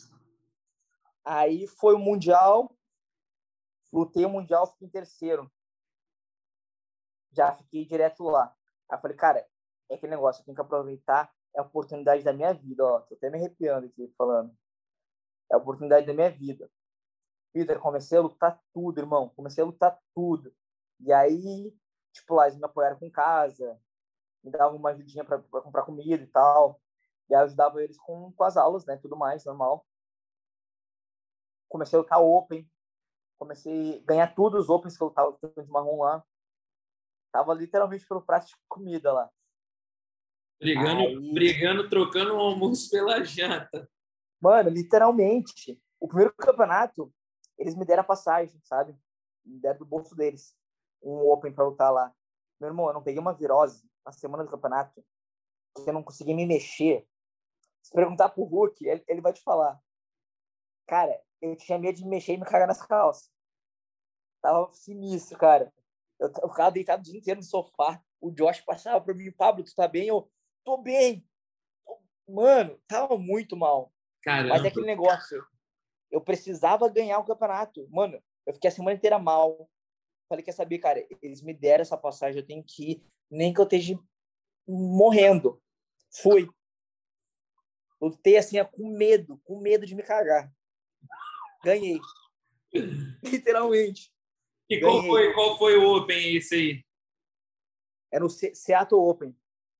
Aí foi o Mundial, lutei o Mundial, fiquei em terceiro. Já fiquei direto lá. Aí eu falei, cara, é aquele negócio, eu tenho que aproveitar, é a oportunidade da minha vida, ó. Tô até me arrepiando aqui falando. É a oportunidade da minha vida. Vida, comecei a lutar tudo, irmão. Comecei a lutar tudo. E aí, tipo, lá eles me apoiaram com casa, me davam uma ajudinha para comprar comida e tal. E aí eu ajudava eles com, com as aulas, né? Tudo mais, normal. Comecei a lutar Open. Comecei a ganhar todos os Opens que eu tava lutando de marrom lá. Tava literalmente pelo prato de comida lá. Brigando, Aí, brigando, trocando o almoço pela janta. mano, literalmente, o primeiro campeonato, eles me deram a passagem, sabe? Me deram do bolso deles. Um Open pra lutar lá. Meu irmão, eu não peguei uma virose na semana do campeonato, porque eu não consegui me mexer. Se perguntar pro Hulk, ele, ele vai te falar. Cara, eu tinha medo de me mexer e me cagar nas calças. Tava sinistro, cara. Eu, eu ficava deitado o dia inteiro no sofá. O Josh passava por mim, Pablo, tu tá bem? Eu, tô bem. Mano, tava muito mal. Mas é Caramba. aquele negócio. Eu precisava ganhar o campeonato. Mano, eu fiquei a semana inteira mal. Falei, quer saber, cara? Eles me deram essa passagem, eu tenho que ir. Nem que eu esteja morrendo. Fui. Lutei assim, com medo, com medo de me cagar. Ganhei. Literalmente. E qual Ganhei. foi, qual foi o Open esse aí? Era o Seattle Open.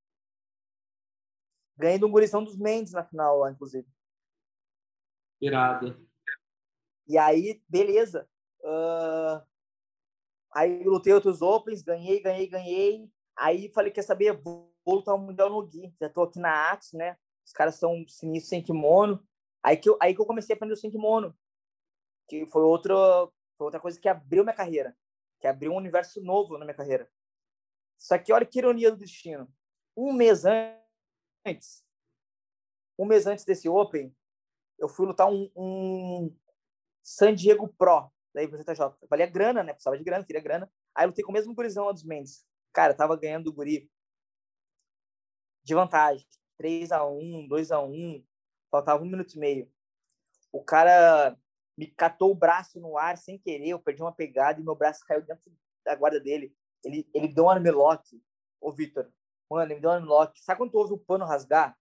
Ganhei do gurizão dos Mendes na final lá, inclusive. Irado. E aí, beleza. Uh... Aí eu lutei outros Opens, ganhei, ganhei, ganhei. Aí falei, quer saber? Vou lutar o Mundial no Gui. Já tô aqui na Atos, né? Os caras são sinistros sem kimono. Aí que, eu, aí que eu comecei a aprender o sem kimono. Que foi, outro, foi outra coisa que abriu minha carreira. Que abriu um universo novo na minha carreira. Só que olha que ironia do destino. Um mês antes, um mês antes desse Open, eu fui lutar um, um San Diego Pro, da I B J J. Valia grana, né? Precisava de grana, queria grana. Aí eu lutei com o mesmo gurizão lá dos Mendes. Cara, tava ganhando o guri de vantagem. três a um, dois a um. Faltava um minuto e meio. O cara me catou o braço no ar sem querer. Eu perdi uma pegada e meu braço caiu dentro da guarda dele. Ele, ele deu um armlock. Ô, Vitor. Mano, ele me deu um armlock. Sabe quando tu ouve o pano rasgar?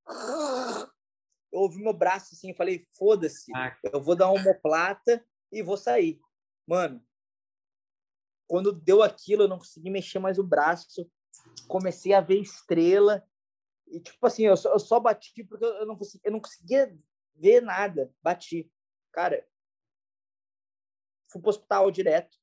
Eu ouvi meu braço assim. Eu falei, foda-se. Ah, Eu vou dar uma omoplata e vou sair. Mano, quando deu aquilo, eu não consegui mexer mais o braço. Comecei a ver estrela. E, tipo assim, eu só, eu só bati porque eu não, consegui, eu não conseguia ver nada. Bati. Cara, fui pro hospital direto.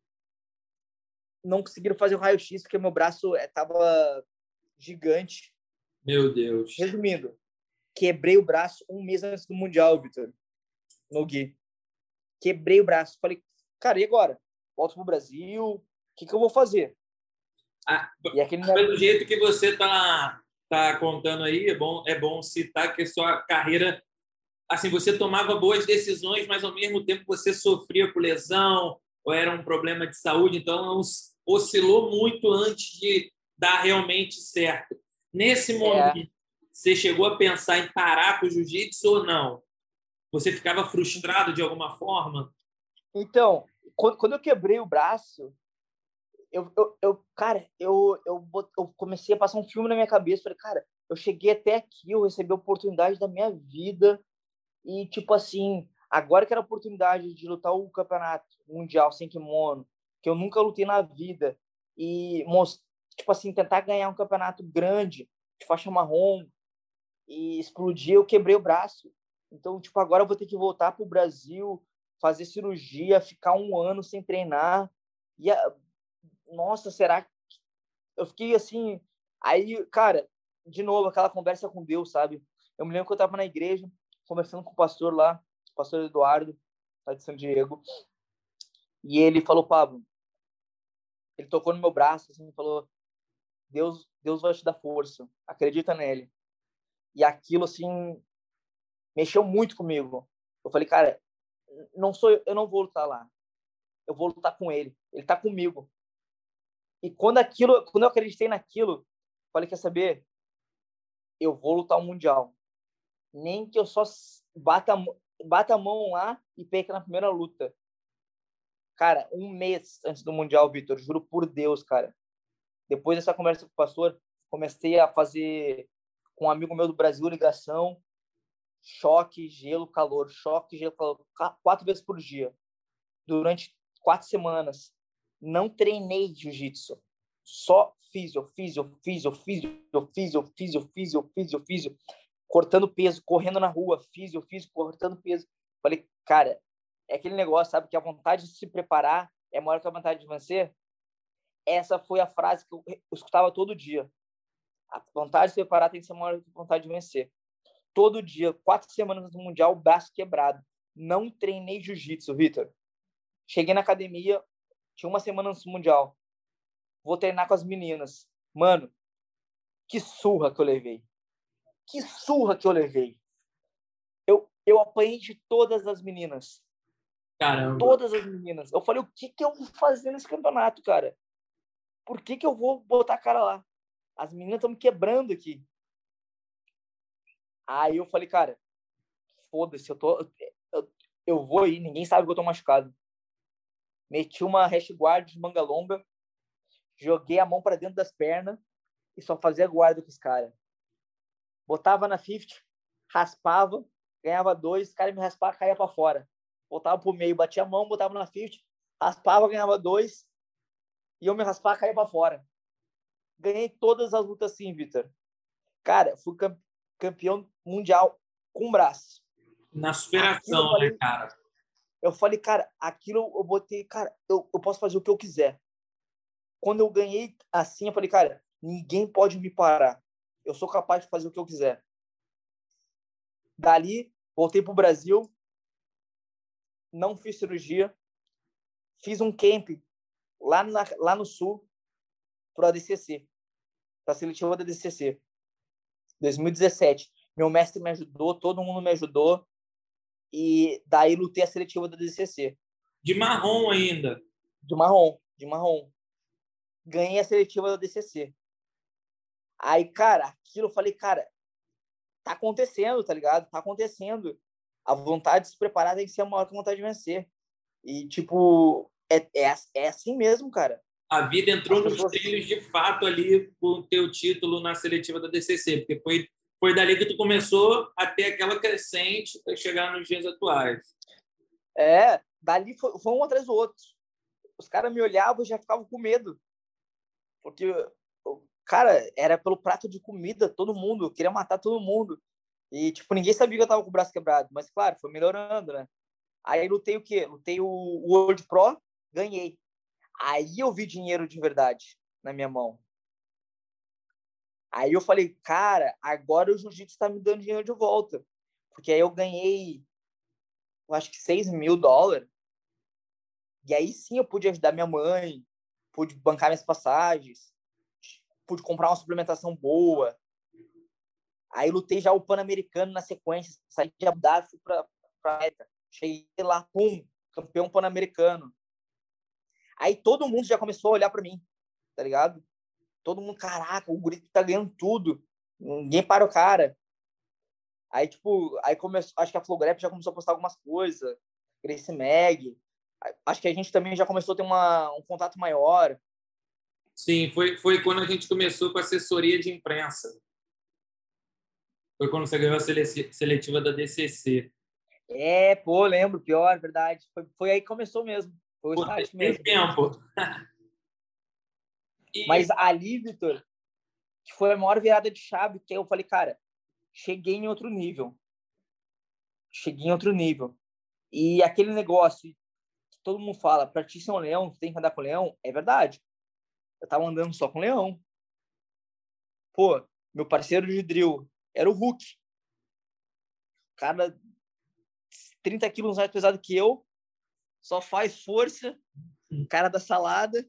Não conseguiram fazer o raio-x porque meu braço estava gigante. meu Deus. Resumindo, quebrei o braço um mês antes do Mundial, Vitor. No Gui. Quebrei o braço. Falei, cara, e agora? Volto pro Brasil? O que, que eu vou fazer? Ah, E aquele... pelo jeito que você está tá contando aí, é bom, é bom citar que a sua carreira, assim, você tomava boas decisões, mas ao mesmo tempo você sofria por lesão ou era um problema de saúde, então oscilou muito antes de dar realmente certo. Nesse momento, é. Você chegou a pensar em parar com o jiu-jitsu ou não? Você ficava frustrado de alguma forma? Então, quando, quando eu quebrei o braço, Eu, eu, eu, cara, eu, eu, eu comecei a passar um filme na minha cabeça. Falei, cara, eu cheguei até aqui, eu recebi a oportunidade da minha vida. E, tipo assim, agora que era a oportunidade de lutar o campeonato mundial sem kimono, que eu nunca lutei na vida, e, tipo assim, tentar ganhar um campeonato grande, de faixa marrom, e explodir, eu quebrei o braço. Então, tipo, agora eu vou ter que voltar pro Brasil, fazer cirurgia, ficar um ano sem treinar. E a nossa, será que... Eu fiquei assim... Aí, cara, de novo, aquela conversa com Deus, sabe? Eu me lembro que eu tava na igreja, conversando com o pastor lá, o pastor Eduardo, lá de São Diego, e ele falou, Pablo, ele tocou no meu braço, assim, falou, Deus, Deus vai te dar força, acredita nele. E aquilo, assim, mexeu muito comigo. Eu falei, cara, não sou eu, eu não vou lutar lá. Eu vou lutar com ele. Ele tá comigo. E quando aquilo, quando eu acreditei naquilo, falei, quer saber? Eu vou lutar o Mundial. Nem que eu só bata, bata a mão lá e perca na primeira luta. Cara, um mês antes do Mundial, Vitor, juro por Deus, cara. Depois dessa conversa com o pastor, comecei a fazer com um amigo meu do Brasil ligação, choque, gelo, calor, choque, gelo, calor, quatro vezes por dia. Durante quatro semanas. Não treinei jiu-jitsu. Só fiz, eu fiz, eu fiz, eu fiz, eu fiz, eu fiz, eu fiz, eu fiz, eu fiz, cortando peso, correndo na rua, fiz, eu fiz, cortando peso. Falei, cara, é aquele negócio, sabe, que a vontade de se preparar é maior que a vontade de vencer. Essa foi a frase que eu escutava todo dia. A vontade de se preparar tem que ser maior que a vontade de vencer. Todo dia, quatro semanas no Mundial, o braço quebrado. Não treinei jiu-jitsu, Vitor. Cheguei na academia, tinha uma semana antes do Mundial. Vou treinar com as meninas. Mano, que surra que eu levei. Que surra que eu levei. Eu, eu apanhei de todas as meninas. Caramba. Todas as meninas. Eu falei, o que, que eu vou fazer nesse campeonato, cara? Por que, que eu vou botar a cara lá? As meninas estão me quebrando aqui. Aí eu falei, cara, foda-se, eu, tô, eu, eu vou aí, ninguém sabe que eu tô machucado. Meti uma hash guard de manga longa, joguei a mão para dentro das pernas e só fazia guarda com os caras. Botava na cinquenta, raspava, ganhava dois, os caras me raspavam, caía para fora. Voltava pro meio, batia a mão, botava na cinquenta, raspava, ganhava dois, e eu me raspava, caía para fora. Ganhei todas as lutas assim, Vitor. Cara, fui campeão mundial com braço. Na superação, falei, né, cara? Eu falei, cara, aquilo eu botei, cara, eu, eu posso fazer o que eu quiser. Quando eu ganhei assim, eu falei, cara, ninguém pode me parar. Eu sou capaz de fazer o que eu quiser. Dali, voltei pro Brasil, não fiz cirurgia, fiz um camp lá, na, lá no Sul pro A D C C, pra seletiva da A D C C. dois mil e dezessete. Meu mestre me ajudou, todo mundo me ajudou. E daí lutei a seletiva da D C C. De marrom ainda. De marrom, de marrom. Ganhei a seletiva da D C C. Aí, cara, aquilo eu falei, cara, tá acontecendo, tá ligado? Tá acontecendo. A vontade de se preparar tem que ser maior que a vontade de vencer. E, tipo, é, é, é assim mesmo, cara. A vida entrou As nos pessoas... trilhos de fato ali com o teu título na seletiva da D C C, porque foi, foi dali que tu começou a ter aquela crescente para chegar nos dias atuais. É, dali foi, foi um atrás do outro. Os caras me olhavam e já ficavam com medo. Porque, cara, era pelo prato de comida, todo mundo, queria matar todo mundo. E, tipo, ninguém sabia que eu tava com o braço quebrado. Mas, claro, foi melhorando, né? Aí lutei o quê? Lutei o World Pro, ganhei. Aí eu vi dinheiro de verdade na minha mão. Aí eu falei, cara, agora o jiu-jitsu tá me dando dinheiro de volta. Porque aí eu ganhei, eu acho que seis mil dólares. E aí sim eu pude ajudar minha mãe, pude bancar minhas passagens, pude comprar uma suplementação boa. Aí lutei já o Pan-Americano na sequência, saí de Abu Dhabi, fui pra, pra meta. Cheguei lá, pum, campeão Pan-Americano. Aí todo mundo já começou a olhar pra mim, tá ligado? Todo mundo, caraca, o guri tá ganhando tudo. Ninguém para o cara. Aí, tipo, aí começou, acho que a Flowgrap já começou a postar algumas coisas, Grace Mag. Acho que a gente também já começou a ter uma, um contato maior. Sim, foi, foi quando a gente começou com a assessoria de imprensa. Foi quando você ganhou a seletiva da D C C. É, pô, lembro, pior, verdade. Foi, foi aí que começou mesmo. Foi o Pô, start tem mesmo. tempo. E... Mas ali, Vitor, que foi a maior virada de chave, que eu falei, cara, cheguei em outro nível. Cheguei em outro nível. E aquele negócio que todo mundo fala, pra ti ser um leão, tu tem que andar com leão, é verdade. Eu tava andando só com leão. Pô, meu parceiro de drill era o Hulk. Cara, trinta quilos mais pesado que eu, só faz força, cara da salada.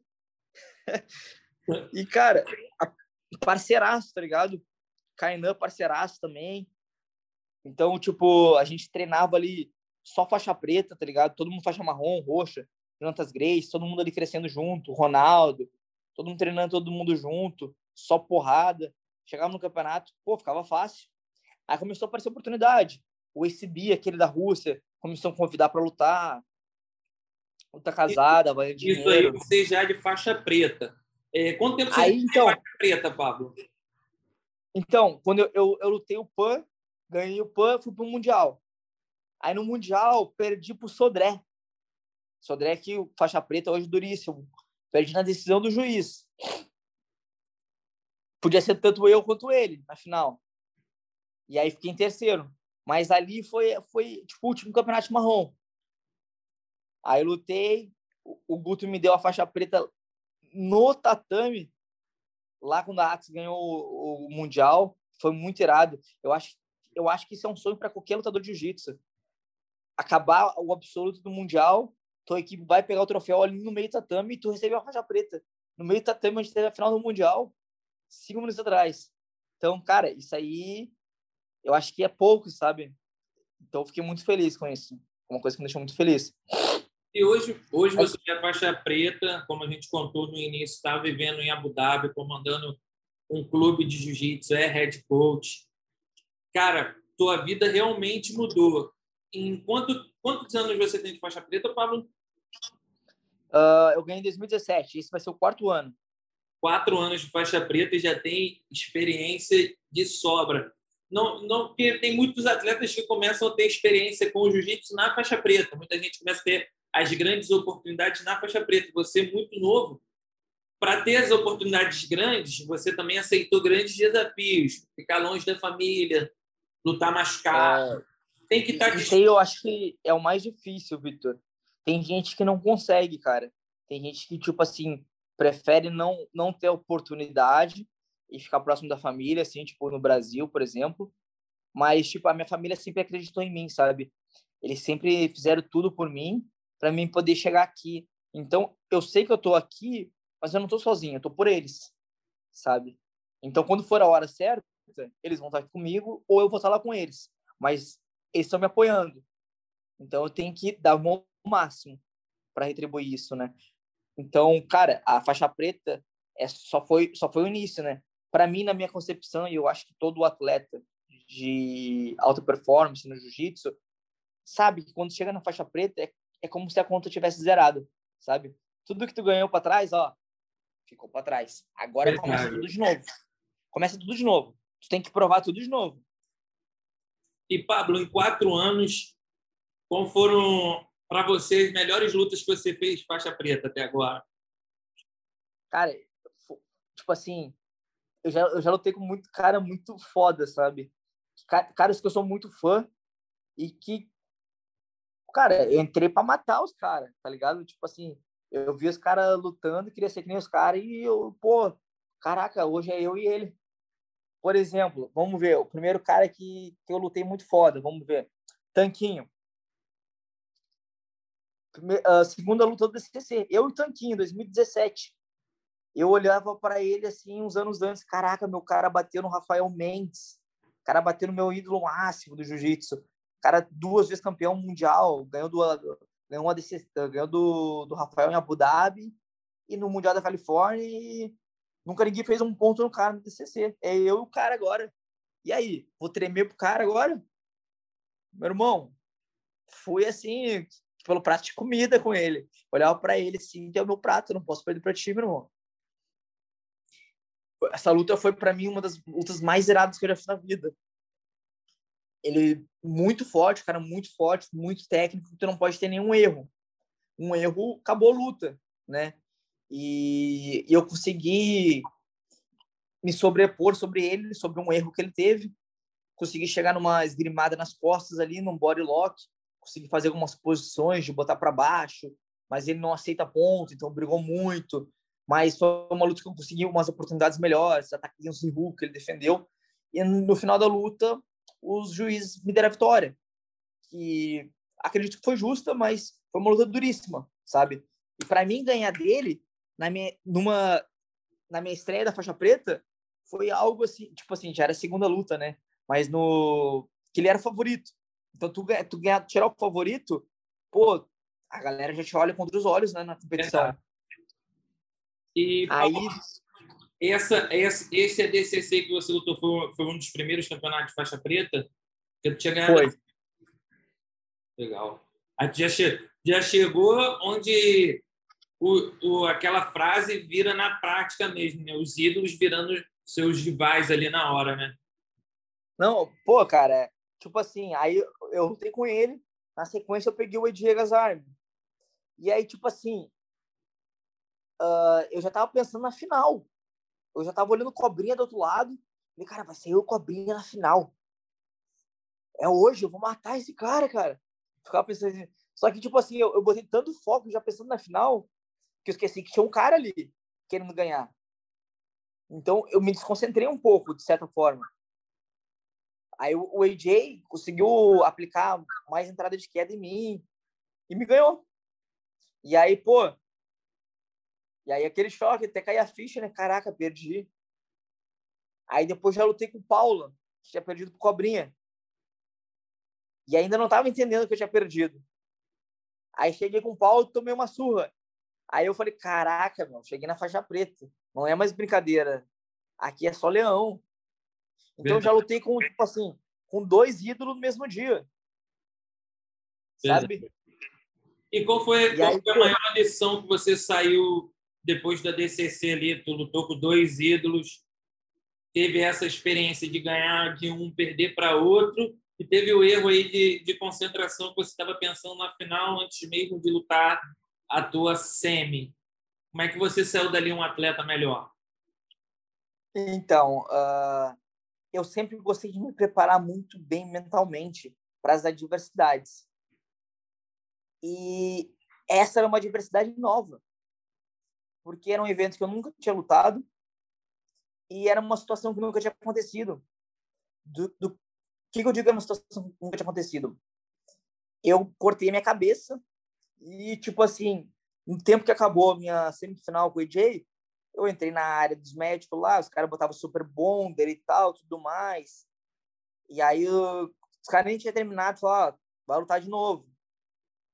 E, cara, parceiraço, tá ligado? Kainan, parceiraço também. Então, tipo, a gente treinava ali só faixa preta, tá ligado? Todo mundo faixa marrom, roxa, Jonathan Grace, todo mundo ali crescendo junto, Ronaldo, todo mundo treinando todo mundo junto, só porrada. Chegava no campeonato, pô, ficava fácil. Aí começou a aparecer oportunidade. O A C B, aquele da Rússia, começou a convidar para lutar. Luta casada, vai Isso aí, dinheiro. você já é de faixa preta. É, quanto tempo você Aí, já tem então, faixa preta, Pablo? então, quando eu, eu, eu lutei o Pan, ganhei o Pan, fui pro Mundial. Aí no Mundial, perdi pro Sodré. Sodré que faixa preta hoje duríssimo. Perdi na decisão do juiz. Podia ser tanto eu quanto ele na final. E aí fiquei em terceiro. Mas ali foi, foi tipo, o último campeonato marrom. Aí eu lutei, o Guto me deu a faixa preta no tatame, lá quando a Axe ganhou o, o Mundial. Foi muito irado. Eu acho, eu acho que isso é um sonho para qualquer lutador de jiu-jitsu. Acabar o absoluto do Mundial, tua equipe vai pegar o troféu ali no meio do tatame e tu recebeu a faixa preta. No meio do tatame, a gente teve a final do Mundial, cinco minutos atrás. Então, cara, isso aí eu acho que é pouco, sabe? Então, eu fiquei muito feliz com isso. Uma coisa que me deixou muito feliz. E hoje, hoje você é faixa preta, como a gente contou no início, está vivendo em Abu Dhabi, comandando um clube de jiu-jitsu, é head coach. Cara, tua vida realmente mudou. Em quanto, quantos anos você tem de faixa preta, Pablo? Uh, eu ganhei em dois mil e dezessete. Esse vai ser o quarto ano. Quatro anos de faixa preta e já tem experiência de sobra. Não, não, porque tem muitos atletas que começam a ter experiência com o jiu-jitsu na faixa preta. Muita gente começa a ter as grandes oportunidades na faixa preta. Você, muito novo, para ter as oportunidades grandes, você também aceitou grandes desafios. Ficar longe da família, lutar machucado. É... Tem que estar... Isso aí eu acho que é o mais difícil, Vitor. Tem gente que não consegue, cara. Tem gente que, tipo assim, prefere não, não ter oportunidade e ficar próximo da família, assim, tipo, no Brasil, por exemplo. Mas, tipo, a minha família sempre acreditou em mim, sabe? Eles sempre fizeram tudo por mim, para mim poder chegar aqui. Então, eu sei que eu tô aqui, mas eu não tô sozinho, eu tô por eles, sabe? Então, quando for a hora certa, eles vão estar aqui comigo ou eu vou estar lá com eles. Mas eles estão me apoiando. Então eu tenho que dar o meu máximo para retribuir isso, né? Então, cara, a faixa preta é só foi só foi o início, né? Para mim, na minha concepção, e eu acho que todo atleta de alta performance no jiu-jitsu sabe que quando chega na faixa preta é, é como se a conta tivesse zerado, sabe? Tudo que tu ganhou para trás, ó, ficou para trás. Agora Verdade. começa tudo de novo. Começa tudo de novo. Tu tem que provar tudo de novo. E, Pablo, em quatro anos, qual foram, para você, as melhores lutas que você fez faixa preta até agora? Cara, tipo assim, eu já, eu já lutei com muito cara muito foda, sabe? Caras que eu sou muito fã e que, cara, eu entrei pra matar os caras, tá ligado? Tipo assim, eu vi os caras lutando, queria ser que nem os caras e eu, pô, caraca, hoje é eu e ele. Por exemplo, vamos ver, o primeiro cara que, que eu lutei muito foda, vamos ver. Tanquinho. Primeira, uh, segunda luta do D C C. Eu e Tanquinho, dois mil e dezessete. Eu olhava para ele assim uns anos antes, caraca, meu cara bateu no Rafael Mendes, o cara bateu no meu ídolo máximo do jiu-jitsu, cara duas vezes campeão mundial, ganhou do ganhou uma desse, ganhou do, do Rafael em Abu Dhabi e no Mundial da Califórnia e nunca ninguém fez um ponto no cara no D C C. É eu e o cara agora. E aí, vou tremer pro cara agora? Meu irmão, fui assim, pelo prato de comida com ele. Olhava para ele assim, que é o meu prato, não posso perder para ti, meu irmão. Essa luta foi para mim uma das lutas mais iradas que eu já fiz na vida. Ele muito forte, cara, muito forte, muito técnico, tu não pode ter nenhum erro. Um erro, acabou a luta, né? E, e eu consegui me sobrepor sobre ele, sobre um erro que ele teve. Consegui chegar numa esgrimada nas costas ali, num body lock. Consegui fazer algumas posições de botar para baixo, mas ele não aceita ponto, então brigou muito. Mas foi uma luta que eu consegui umas oportunidades melhores, ataques em hook, ele defendeu. E no final da luta, os juízes me deram a vitória, que acredito que foi justa, mas foi uma luta duríssima, sabe? E para mim ganhar dele na minha numa na minha estreia da faixa preta foi algo assim, tipo assim, já era a segunda luta, né? Mas no que ele era o favorito. Então tu ganha, tu ganha, tirar o favorito, pô, a galera já te olha com outros olhos, né, na competição. Verdade. E Aí essa, essa, esse A D C C que você lutou foi, foi um dos primeiros campeonatos de faixa preta que tu tinha ganhado? foi. Legal. Aí tu já, che, já chegou onde o, o, aquela frase vira na prática mesmo, né? Os ídolos virando seus rivais ali na hora, né? Não, pô, cara, tipo assim, aí eu lutei com ele, na sequência eu peguei o Eddie Gazarm. E aí, tipo assim, uh, eu já tava pensando na final. Eu já tava olhando Cobrinha do outro lado. E, cara, vai ser eu Cobrinha na final. É hoje, eu vou matar esse cara, cara. Ficava pensando assim. Só que, tipo assim, eu, eu botei tanto foco já pensando na final que eu esqueci que tinha um cara ali querendo ganhar. Então, eu me desconcentrei um pouco, de certa forma. Aí o, o A J conseguiu aplicar mais entrada de queda em mim e me ganhou. E aí, pô, e aí aquele choque, até cair a ficha, né? Caraca, perdi. Aí depois já lutei com o Paula, que tinha perdido pro Cobrinha. E ainda não tava entendendo que eu tinha perdido. Aí cheguei com o Paulo e tomei uma surra. Aí eu falei, caraca, meu, cheguei na faixa preta. Não é mais brincadeira. Aqui é só leão. Então já lutei com, tipo assim, com dois ídolos no mesmo dia. Sabe? E qual foi, e qual aí, foi a maior lição que você saiu depois da D C C ali? Tu lutou com dois ídolos, teve essa experiência de ganhar de um, perder para outro, e teve o erro aí de, de concentração que você estava pensando na final antes mesmo de lutar a tua semi. Como é que você saiu dali um atleta melhor? Então, uh, eu sempre gostei de me preparar muito bem mentalmente para as adversidades. E essa era uma adversidade nova, porque era um evento que eu nunca tinha lutado e era uma situação que nunca tinha acontecido. Do, do que, que eu digo é uma situação que nunca tinha acontecido? Eu cortei minha cabeça e, tipo assim, no tempo que acabou a minha semifinal com o A J, eu entrei na área dos médicos lá, os caras botavam super bonder e tal, tudo mais. E aí, eu, os caras nem tinham terminado, falaram, ó, vai lutar de novo.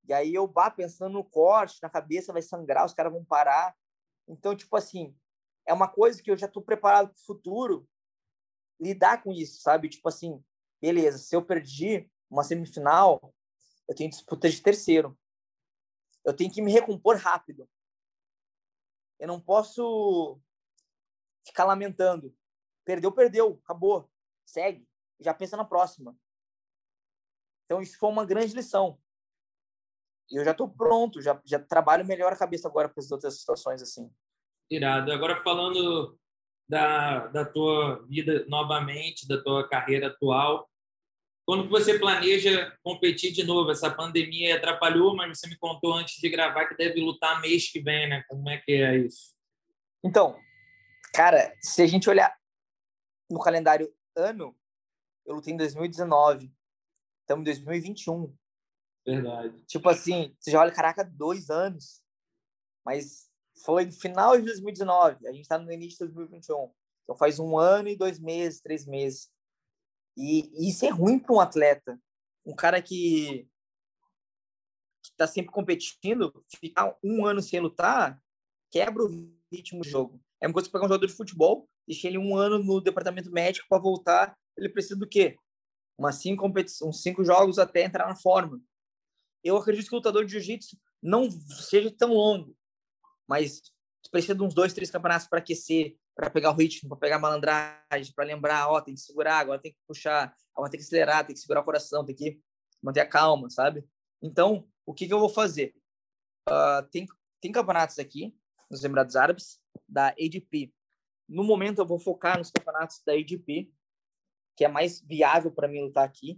E aí eu vá pensando no corte, na cabeça vai sangrar, os caras vão parar. Então, tipo assim, é uma coisa que eu já tô preparado para o futuro lidar com isso, sabe? Tipo assim, beleza, se eu perdi uma semifinal, eu tenho disputa de terceiro. Eu tenho que me recompor rápido. Eu não posso ficar lamentando. Perdeu, perdeu, acabou. Segue. Já pensa na próxima. Então, isso foi uma grande lição. E eu já estou pronto, já, já trabalho melhor a cabeça agora para as outras situações assim. Irado. Agora, falando da, da tua vida novamente, da tua carreira atual, quando que você planeja competir de novo? Essa pandemia atrapalhou, mas você me contou antes de gravar que deve lutar mês que vem, né? Como é que é isso? Então, cara, se a gente olhar no calendário ano, eu lutei em dois mil e dezenove. Estamos em dois mil e vinte e um. Verdade. Tipo assim, você já olha, caraca, dois anos. Mas foi no final de dois mil e dezenove. A gente está no início de dois mil e vinte e um. Então faz um ano e dois meses, três meses. E, e isso é ruim para um atleta. Um cara que está sempre competindo, ficar um ano sem lutar, quebra o ritmo do jogo. É uma coisa que pegar um jogador de futebol, deixar ele um ano no departamento médico para voltar, ele precisa do quê? Umas cinco competições, uns cinco jogos até entrar na forma. Eu acredito que o lutador de jiu-jitsu não seja tão longo, mas precisa de uns dois, três campeonatos para aquecer, para pegar o ritmo, para pegar a malandragem, para lembrar, ó, tem que segurar, agora tem que puxar, agora tem que acelerar, tem que segurar o coração, tem que manter a calma, sabe? Então, o que, que eu vou fazer? Uh, tem, tem campeonatos aqui, nos Emirados Árabes, da A D P. No momento, eu vou focar nos campeonatos da A D P, que é mais viável para mim lutar aqui.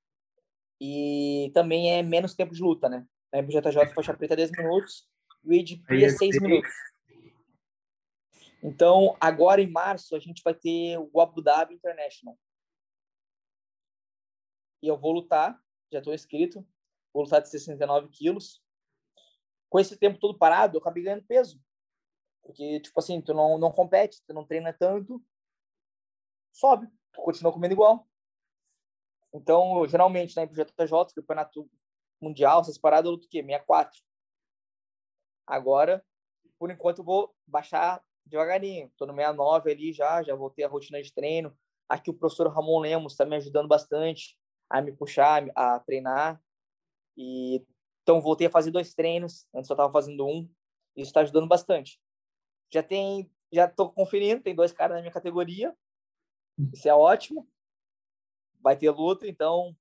E também é menos tempo de luta, né? A M B J J faixa preta é dez minutos, e o A D P é seis minutos. Então, agora em março, a gente vai ter o Abu Dhabi International. E eu vou lutar, já estou inscrito, vou lutar de sessenta e nove quilos. Com esse tempo todo parado, eu acabei ganhando peso. Porque, tipo assim, tu não, não compete, tu não treina tanto, sobe, tu continua comendo igual. Então, geralmente, na M B J J, campeonato mundial, essas paradas, eu luto o quê? sessenta e quatro. Agora, por enquanto, eu vou baixar devagarinho. Estou no sessenta e nove ali já, já voltei a rotina de treino. Aqui o professor Ramon Lemos está me ajudando bastante a me puxar, a treinar. E então voltei a fazer dois treinos, antes eu estava fazendo um. Isso está ajudando bastante. Já tem, já estou conferindo, tem dois caras na minha categoria. Isso é ótimo. Vai ter luta, então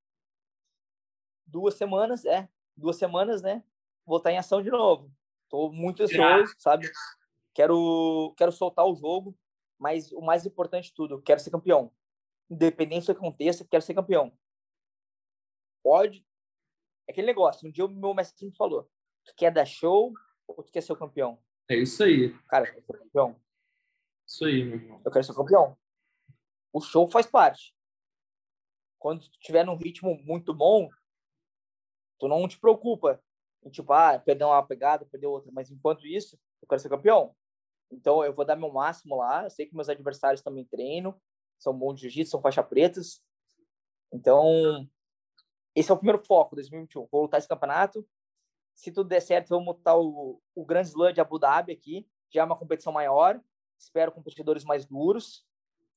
duas semanas, é, duas semanas, né? Vou estar em ação de novo. Estou muito ansioso, sabe? Quero, quero soltar o jogo, mas o mais importante de tudo, quero ser campeão. Independente do que aconteça, quero ser campeão. Pode. É aquele negócio. Um dia o meu mestre me falou: tu quer dar show ou tu quer ser o campeão? É isso aí. Cara, eu quero ser campeão. Isso aí, meu irmão. Eu quero ser campeão. O show faz parte. Quando tu estiver num ritmo muito bom, tu não te preocupa em, tipo, ah, perder uma pegada, perder outra. Mas enquanto isso, eu quero ser campeão. Então, eu vou dar meu máximo lá. Eu sei que meus adversários também treinam, são bons de jiu-jitsu, são faixa pretas. Então, esse é o primeiro foco, dois mil e vinte e um. Vou lutar esse campeonato. Se tudo der certo, vamos lutar o, o Grand Slam de Abu Dhabi aqui. Já é uma competição maior. Espero competidores mais duros.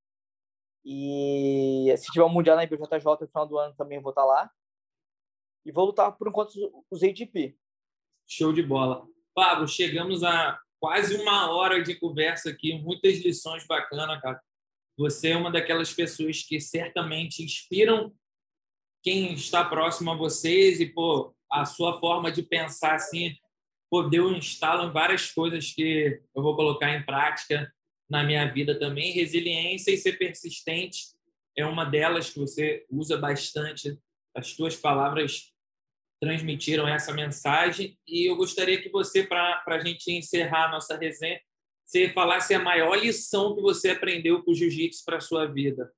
E se tiver um Mundial na I B J J no final do ano, também vou estar lá. E vou lutar, por enquanto, os A D P. Show de bola. Pablo, chegamos a quase uma hora de conversa aqui, muitas lições bacanas, cara. Você é uma daquelas pessoas que certamente inspiram quem está próximo a vocês e, pô, a sua forma de pensar assim, pô, deu um instalo em várias coisas que eu vou colocar em prática na minha vida também. Resiliência e ser persistente é uma delas que você usa bastante. As tuas palavras transmitiram essa mensagem e eu gostaria que você, para a gente encerrar a nossa resenha, você falasse a maior lição que você aprendeu com o jiu-jitsu para a sua vida.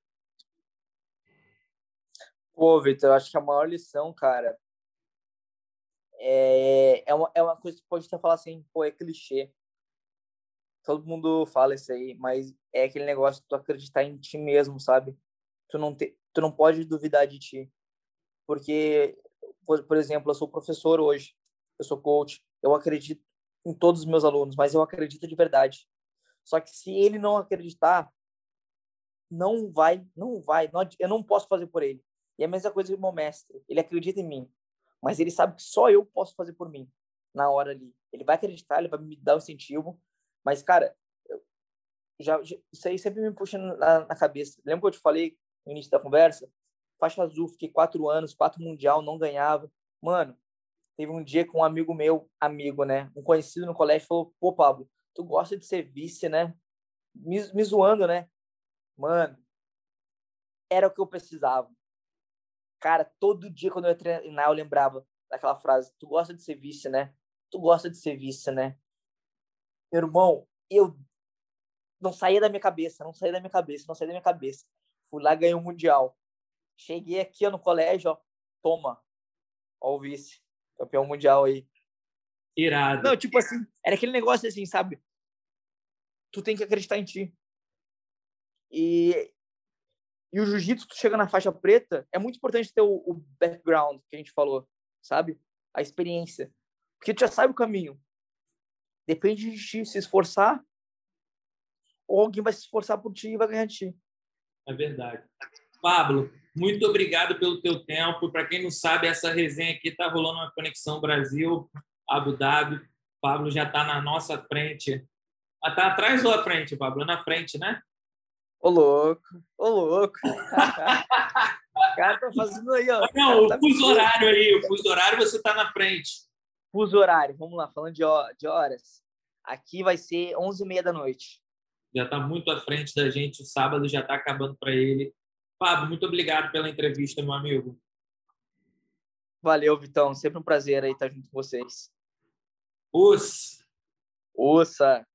Pô, Vitor, eu acho que a maior lição, cara, é, é, uma, é uma coisa que pode até falar assim, pô, é clichê. Todo mundo fala isso aí, mas é aquele negócio de tu acreditar em ti mesmo, sabe? Tu não, te, tu não pode duvidar de ti. Porque por, por exemplo, eu sou professor hoje, eu sou coach, eu acredito em todos os meus alunos, mas eu acredito de verdade. Só que se ele não acreditar, não vai, não vai, não, eu não posso fazer por ele. E é a mesma coisa com o meu mestre, ele acredita em mim, mas ele sabe que só eu posso fazer por mim, na hora ali. Ele vai acreditar, ele vai me dar o incentivo, mas, cara, eu, já, já, isso aí sempre me puxa na, na cabeça. Lembra que eu te falei no início da conversa? Faixa azul, fiquei quatro anos, quatro mundial, não ganhava. Mano, teve um dia que um amigo meu, amigo, né, um conhecido no colégio, falou, pô, Pablo, tu gosta de ser vice, né? Me, me zoando, né? Mano, era o que eu precisava. Cara, todo dia quando eu ia treinar, eu lembrava daquela frase, tu gosta de ser vice, né? Tu gosta de ser vice, né? Meu irmão, eu não saía da minha cabeça, não saía da minha cabeça, não saía da minha cabeça. Fui lá, ganhei o Mundial. Cheguei aqui ó, no colégio, ó, toma, ó o vice, campeão mundial aí. Irado. Não, tipo assim, era aquele negócio assim, sabe? Tu tem que acreditar em ti. E, e o jiu-jitsu, tu chega na faixa preta, é muito importante ter o, o background que a gente falou, sabe? A experiência. Porque tu já sabe o caminho. Depende de ti se esforçar, ou alguém vai se esforçar por ti e vai ganhar de ti. É verdade. Pablo, muito obrigado pelo teu tempo. Para quem não sabe, essa resenha aqui está rolando uma conexão Brasil, Abu Dhabi. Pablo já está na nossa frente. Ah, tá atrás ou à frente, Pablo? Na frente, né? Ô, louco. Ô, louco. O cara tá fazendo aí, ó. Não, o tá fuso horário aí. O fuso horário você está na frente. Fuso horário. Vamos lá, falando de, de horas. Aqui vai ser onze e meia da noite. Já está muito à frente da gente. O sábado já está acabando para ele. Pablo, muito obrigado pela entrevista, meu amigo. Valeu, Vitão. Sempre um prazer aí estar junto com vocês. Os. Ouça.